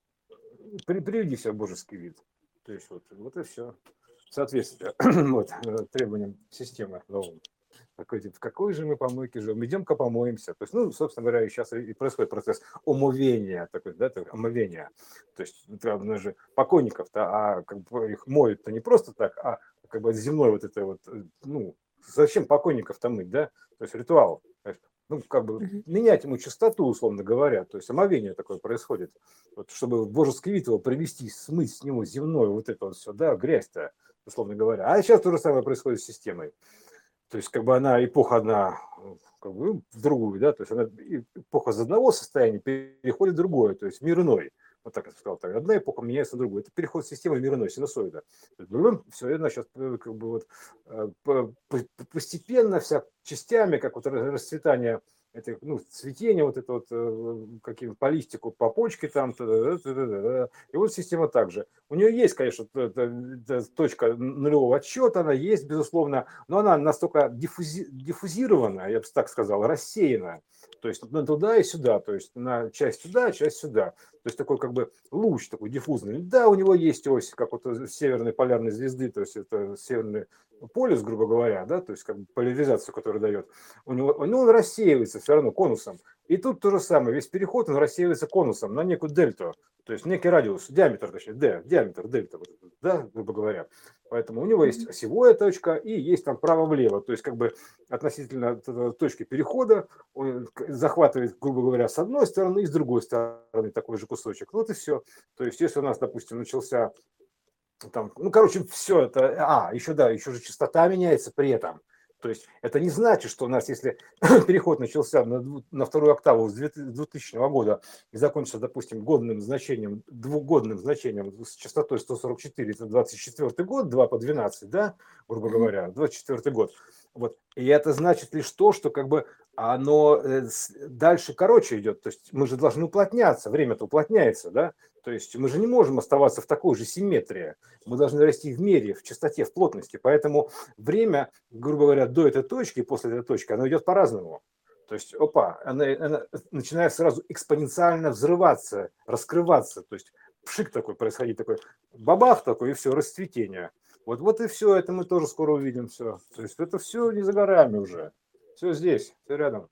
при, приведи себя в божеский вид. То есть вот, вот и все. Соответствие вот, э, требованиям системы новым. Такой, типа, в какой же мы помойке живем? Идем-ка помоемся. То есть, ну, собственно говоря, сейчас и происходит процесс омовения, такой, да, так, омовения. То есть, ну, же покойников-то, а как бы их моют-то не просто так, а как бы земной вот это вот, э, ну, зачем покойников-то мыть, да? То есть ритуал. То есть, ну, как бы Мгм. менять ему чистоту, условно говоря. То есть омовение такое происходит. Вот, чтобы в божеский вид его привести, смыть с него земное вот это вот все, да, грязь-то, условно говоря. А сейчас то же самое происходит с системой. То есть, как бы она эпоха одна, как бы, в другую, да, то есть она эпоха из одного состояния переходит в другое, то есть в мир иной. Вот так я сказал. Так. Одна эпоха меняется на другую. Это переход системы в мир иной, синусоида. Все это сейчас как бы вот э, по- по- постепенно, вся частями, как вот расцветание это, ну, цветение, вот это вот, э, каким по листику, по почке там, т-д-д, т-д-д-д. И вот система также. У нее есть, конечно, т- т- т- точка нулевого отсчета, она есть, безусловно, но она настолько диффузи- диффузирована, я бы так сказал, рассеяна. То есть ну, туда и сюда, то есть на часть сюда, часть сюда. То есть такой как бы луч такой диффузный. Да, у него есть ось, как вот у северной полярной звезды, то есть это северный полюс, грубо говоря, да, то есть как бы поляризацию, которую дает. У него, ну, он рассеивается все равно конусом. И тут то же самое, весь переход, он рассеивается конусом на некую дельту, то есть некий радиус, диаметр, точнее, d, диаметр, дельта, вот этот, да, грубо говоря. Поэтому у него есть Мгм. осевая точка и есть там право-влево, то есть как бы относительно точки перехода он захватывает, грубо говоря, с одной стороны и с другой стороны такой же кусочек. Вот и все. То есть если у нас, допустим, начался там, ну, короче, все это, а, еще, да, еще же частота меняется при этом. То есть это не значит, что у нас, если переход начался на, дву- на вторую октаву с двухтысячного года и закончился, допустим, годным значением, двугодным значением с частотой сто сорок четыре, это двадцать четвёртый год, два по двенадцать, да, грубо Мгм. говоря, двадцать четвёртый год. Вот. И это значит лишь то, что как бы оно э, с- дальше короче идет. То есть мы же должны уплотняться, время-то уплотняется, да. То есть мы же не можем оставаться в такой же симметрии. Мы должны расти в мере, в частоте, в плотности. Поэтому время, грубо говоря, до этой точки и после этой точки, оно идет по-разному. То есть, опа, она, она начинает сразу экспоненциально взрываться, раскрываться. То есть пшик такой происходит, такой бабах такой, и все, расцветение. Вот, вот и все, это мы тоже скоро увидим все. То есть это все не за горами уже. Все здесь, все рядом.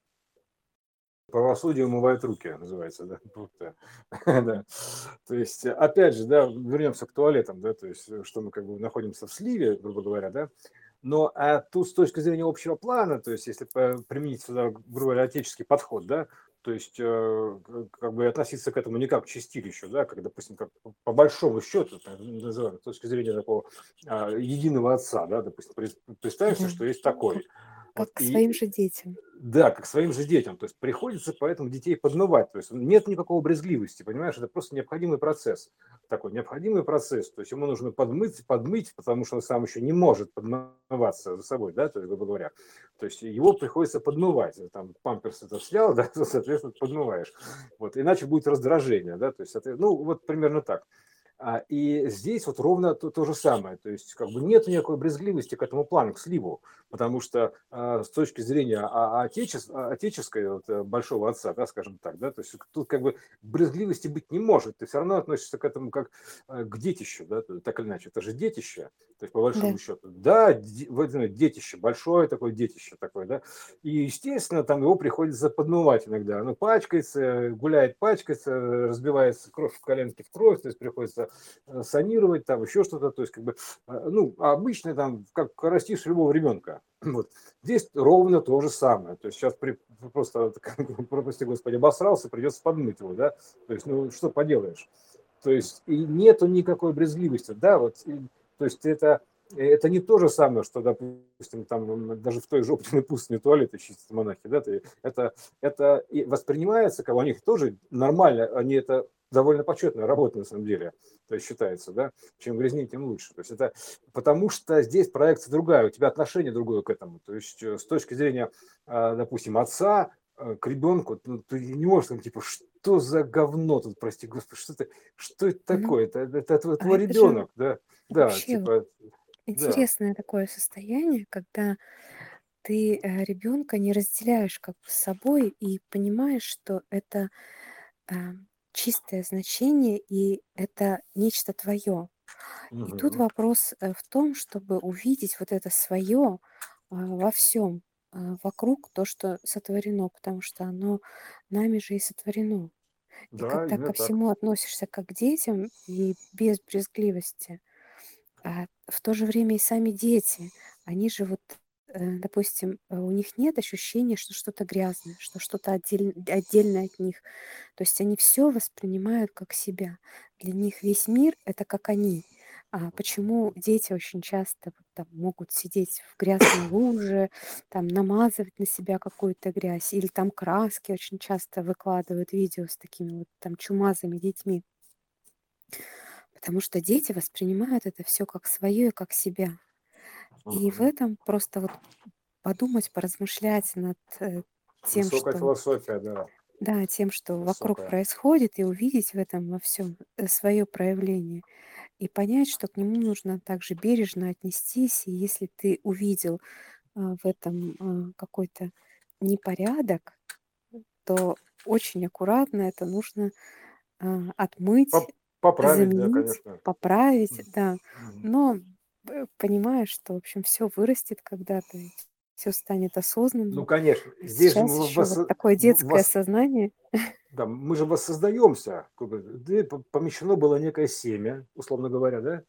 Правосудие умывает руки, называется, да. Вот, да. Да. То есть, опять же, да, вернемся к туалетам, да, то есть, э, что мы как бы находимся в сливе, грубо говоря, да. Но а тут с точки зрения общего плана, то есть, если по- применить сюда, грубо говоря, отеческий подход, да, то есть, э, к- как бы относиться к этому не как к чистилищу, да, как, допустим, как по по большому счету, так называем, с точки зрения такого а, единого отца, да, допустим, пред- представимся, Да. что есть Как, такой. Вот, как к и своим же детям. да, как своим же детям. То есть приходится поэтому детей подмывать. То есть нет никакого брезгливости, понимаешь? Это просто необходимый процесс. Такой необходимый процесс. То есть ему нужно подмыть, подмыть, потому что он сам еще не может подмываться за собой, да, то есть, грубо говоря. То есть его приходится подмывать. Там памперс это снял, да, соответственно, подмываешь. Вот, иначе будет раздражение, да, то есть, ну, вот примерно так. А, И здесь вот ровно то, то же самое. То есть как бы нет никакой брезгливости к этому плану, к сливу. Потому что а, с точки зрения а- отечес- а- отеческой вот, э, большого отца, да, скажем так, да, то есть тут как бы брезгливости быть не может. Ты все равно относишься к этому как э, к детищу, да, то- так или иначе. Это же детище, то есть по большому Да. счету. Да, де- вот именно детище, большое такое детище такое, да. И, естественно, там его приходится подмывать иногда. Оно пачкается, гуляет, пачкается, разбивается кровь в коленке в кровь, то есть приходится э, санировать, там еще что-то, то есть как бы, э, ну, а обычно там, как растишь любого ребенка. Вот. Здесь ровно то же самое. То есть сейчас при, просто, прости господи, обосрался, придется подмыть его, да. То есть, ну, что поделаешь. То есть и нету никакой брезгливости, да, вот, и, то есть это, это не то же самое, что, допустим, там даже в той же опытной пустыне туалеты чистят монахи, да, то есть это, это и воспринимается, как у них тоже нормально, они это довольно почетная работа на самом деле, то есть считается, да, чем грязнее, тем лучше. То есть это потому что здесь проекция другая, у тебя отношение другое к этому. То есть э, с точки зрения, а, допустим, отца э, к ребенку, ну, ты не можешь там типа, что за говно тут, прости господи, что это, что это Ну, такое? Это, это твой, а твой это же ребенок, да, да, вообще вот типа, да. интересное такое состояние, когда ты э, ребенка не разделяешь как бы с собой и понимаешь, что это а, чистое значение и это нечто твое. И тут Мгм. вопрос э, в том, чтобы увидеть вот это свое во всем вокруг, то, что сотворено, потому что оно нами же и сотворено. И Да, когда именно ко так. всему относишься как к детям и без брезгливости, а в то же время и сами дети, они же вот, э, допустим, э, у них нет ощущения, что что-то грязное, что что-то отдель- отдельное от них. То есть они все воспринимают как себя. Для них весь мир — это как они. А почему дети очень часто вот там могут сидеть в грязной луже, там намазывать на себя какую-то грязь, или там краски очень часто выкладывают видео с такими вот там чумазыми детьми, потому что дети воспринимают это все как свое и как себя. И в Мгм. этом просто вот подумать, поразмышлять над э, тем, Высокая что философия, да, да, тем, что вокруг высокая. происходит, и увидеть в этом во всем свое проявление, и понять, что к нему нужно также бережно отнестись. И если ты увидел а, в этом а, какой-то непорядок, то очень аккуратно это нужно а, отмыть, Поп- Поправить, да, заменить, конечно. поправить, М, да. мгм. Но э, понимаешь, что, в общем, все вырастет когда-то, все станет Ну, осознанным. конечно, А здесь же сейчас мы еще вот вос- такое детское вос- сознание. да, мы же воссоздаемся, как бы, да, по- помещено было некое семя, условно говоря, да,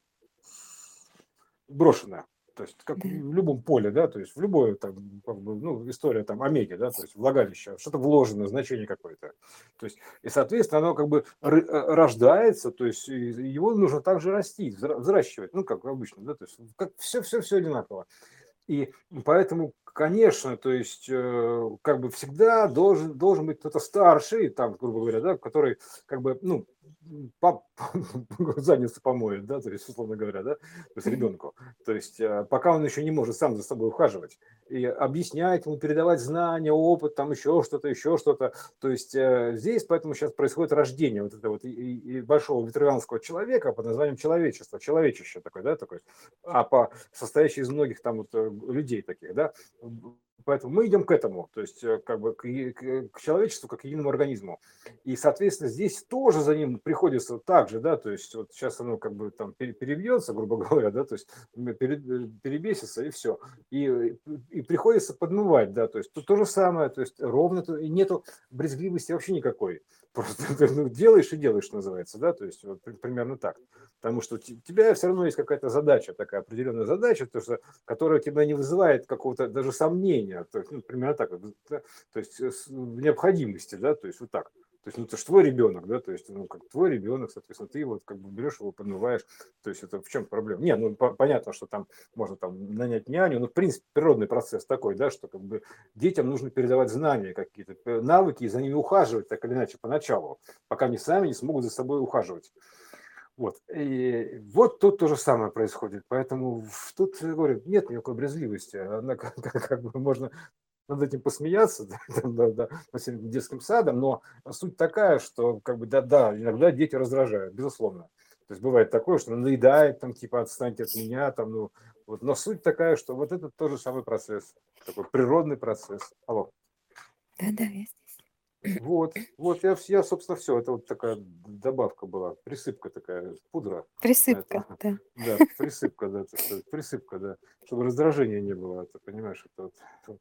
брошенное. То есть, как Да. в любом поле, да, то есть в любое, там, как бы, ну, история там Омеги, да, то есть влагалище, что-то вложено, значение какое-то. То есть, и, соответственно, оно как бы ры- э, рождается, то есть и его нужно также растить, взра- взращивать, ну, как обычно, да, то есть как все-все-все одинаково. И поэтому, конечно, то есть, э, как бы всегда должен, должен быть кто-то старший, там, грубо говоря, да, который, как бы, ну, по, задницу помоет, да, то есть, условно говоря, да, то есть Мгм. ребенку. То есть, э, пока он еще не может сам за собой ухаживать. И объяснять ему, передавать знания, опыт, там еще что-то, еще что-то. То есть, э, здесь поэтому сейчас происходит рождение вот этого вот и, и- и большого ветеранского человека под названием человечество, человечище такое, да, такое. А по состоящий из многих там вот э, людей таких, да. Поэтому мы идем к этому, то есть э, как бы к, е- к- к человечеству как к единому организму. И, соответственно, здесь тоже за ним приходится вот так же, да, то есть вот сейчас оно как бы там пере- перебьется, грубо говоря, да, то есть м, пере- э, перебесится и все. И, э, и приходится подмывать, да, то есть тут то же самое, то есть ровно, то- и нету брезгливости вообще никакой. Просто ты, ну, делаешь и делаешь, что называется, да, то есть вот при- примерно так. Потому что у те- тебя все равно есть какая-то задача, такая определенная задача, то, что, которая у тебя не вызывает какого-то даже сомнения, то есть, ну, примерно так, вот, да, то есть э, с- в необходимости, да, то есть вот так. То есть, ну, это же твой ребенок, да, то есть, ну, как твой ребенок, соответственно, ты вот как бы берешь его, подмываешь, то есть это в чем проблема? Не, ну, по- понятно, что там можно там нанять няню, но, в принципе, природный процесс такой, да, что как бы детям нужно передавать знания какие-то, э, навыки, и за ними ухаживать, так или иначе, поначалу, пока они сами не смогут за собой ухаживать. Вот. И вот тут то же самое происходит. Поэтому в- тут, я говорю, нет никакой брезгливости. Она как, как- как бы можно над этим посмеяться, да, там, да, да, над всем детским садом, но суть такая, что как бы да-да, иногда дети раздражают, безусловно. То есть бывает такое, что надоедает, там, типа, отстаньте от меня, там, ну, вот. Но суть такая, что вот это тот же самый процесс, такой природный процесс. Алло. Да-да, я здесь. Вот, вот я, вс- я, собственно, все. Это вот такая добавка была, присыпка такая, пудра на Присыпка, это. да. Да, присыпка, да, так сказать, присыпка, да, чтобы раздражения не было, ты понимаешь, это вот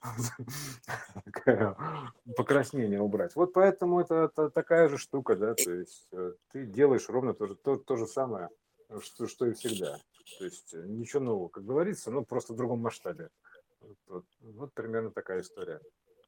такая, покраснение убрать. Вот поэтому это, это такая же штука, да, то есть э, ты делаешь ровно то же, то, то же самое, что, что и всегда. То есть э, ничего нового, как говорится, но просто в другом масштабе. Вот, вот, вот примерно такая история.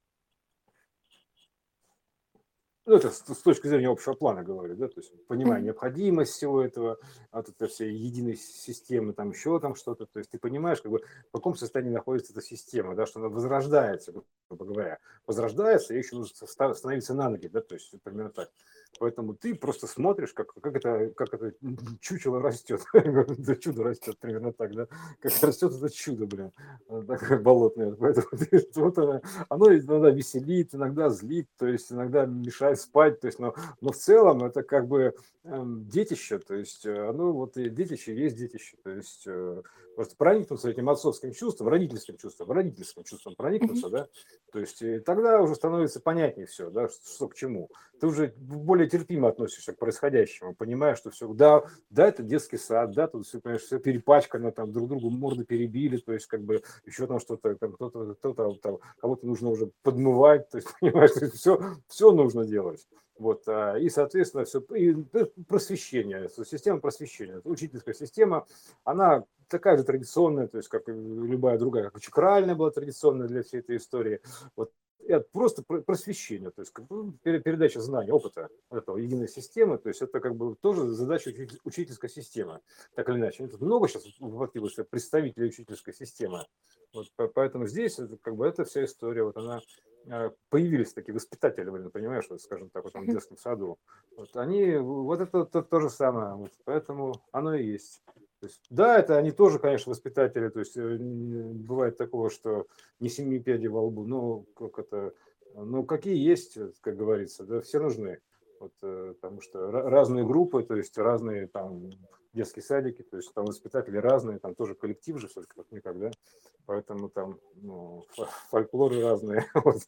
Ну, это с, с точки зрения общего плана говорю, да, то есть понимая Мгм. необходимость всего этого, от этой всей единой системы, там еще там что-то, то есть ты понимаешь, как бы, в каком состоянии находится эта система, да, что она возрождается, грубо говоря, возрождается, и еще нужно ста- становиться на ноги, да, то есть примерно так. Поэтому ты просто смотришь, как, как, это, как это чучело растет. Это чудо растет, примерно так, да? Как растет это чудо, блин, такое болотное. Поэтому вот оно, оно иногда веселит, иногда злит, то есть иногда мешает спать. То есть, но, но в целом это как бы эм, детище, то есть оно вот и детище есть детище. То есть э, просто проникнуться этим отцовским чувством, родительским чувством, родительским чувством Мгм. проникнуться, да, то есть и тогда уже становится понятнее все, да, что, что к чему. Ты уже более терпимо относишься к происходящему, понимаешь, что все, да, да, это детский сад, да, тут все, понимаешь, все перепачкано, там друг другу морды перебили, то есть как бы еще там что-то, там кто-то, кто-то там, кого-то нужно уже подмывать, то есть понимаешь, все, все нужно делать. Вот, а, и, соответственно, все, и просвещение, система просвещения, учительская система, она такая же традиционная, то есть как и любая другая, как и чакральная была традиционная для всей этой истории. Вот это просто просвещение, то есть как бы передача знаний, опыта этого единой системы, то есть это как бы тоже задача учительской системы, так или иначе. Тут много сейчас вводилось представителей учительской системы, вот, поэтому здесь как бы эта вся история, вот она появились такие воспитатели, блин, понимаешь, вот, скажем так, вот там в Мгм. детском саду, вот они, вот это то, то же самое, вот, поэтому оно и есть. То есть, да, это они тоже, конечно, воспитатели, то есть э, бывает такого, что не семи пядей во лбу, но как это, ну какие есть, как говорится, да, все нужны, вот, э, потому что ра- разные группы, то есть разные там детские садики, то есть там воспитатели разные, там тоже коллектив же все-таки как никак, да, поэтому там ну, фольклоры разные, вот,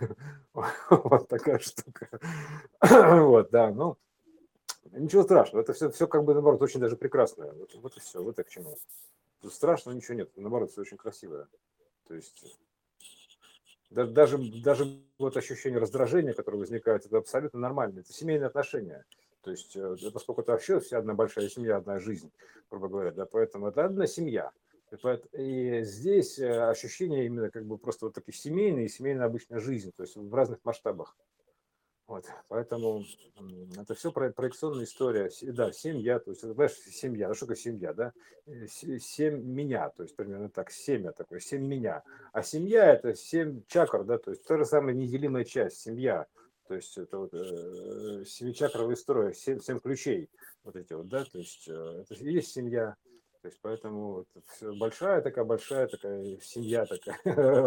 вот такая штука, вот, да, ну ничего страшного, это все, все как бы наоборот очень даже прекрасно, вот, вот и все, вот и к чему. Тут страшного ничего нет, наоборот, все очень красивое. То есть да- даже, даже вот ощущение раздражения, которое возникает, это абсолютно нормально. Это семейные отношения. То есть, э, да, поскольку это вообще вся одна большая семья, одна жизнь, грубо говоря, да, поэтому это одна семья. И, поэт- и здесь э, ощущения именно как бы просто вот такие семейные и семейная обычная жизнь, то есть в разных масштабах. Вот, поэтому м, это все проекционная история. С- Да, семья, то есть, это, знаешь, семья, ну что такое семья, да? Э, се- Семь меня, то есть примерно так, семя такое, семь меня. А семья это семь чакр, да, то есть та же самая неделимая часть, семья. То есть это вот э, семичакровый строй, семь, семь ключей, вот эти вот, да, то есть э, это и есть семья. То есть поэтому вот всё большая такая, большая такая семья такая,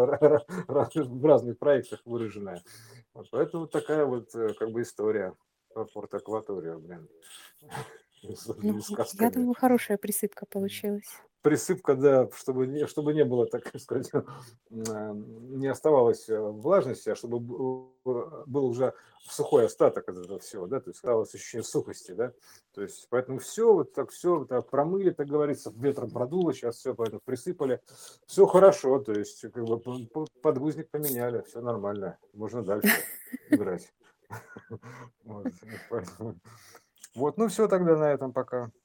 в разных проектах выраженная. Вот поэтому такая вот э, как бы история про Порт-Акваторию, блин, с Ну, этими я сказками. думаю, хорошая присыпка получилась. Присыпка, да, чтобы не, чтобы не было, так сказать, а, не оставалось э, влажности, а чтобы был был уже сухой остаток от этого всего, да, то есть оставалось ощущение сухости, да, то есть поэтому все вот так все так промыли, так говорится, ветром продуло, сейчас все поэтому присыпали, все хорошо, то есть как бы п- п- подгузник поменяли, все нормально, можно дальше играть. Вот, поэтому- вот, ну все тогда на этом пока.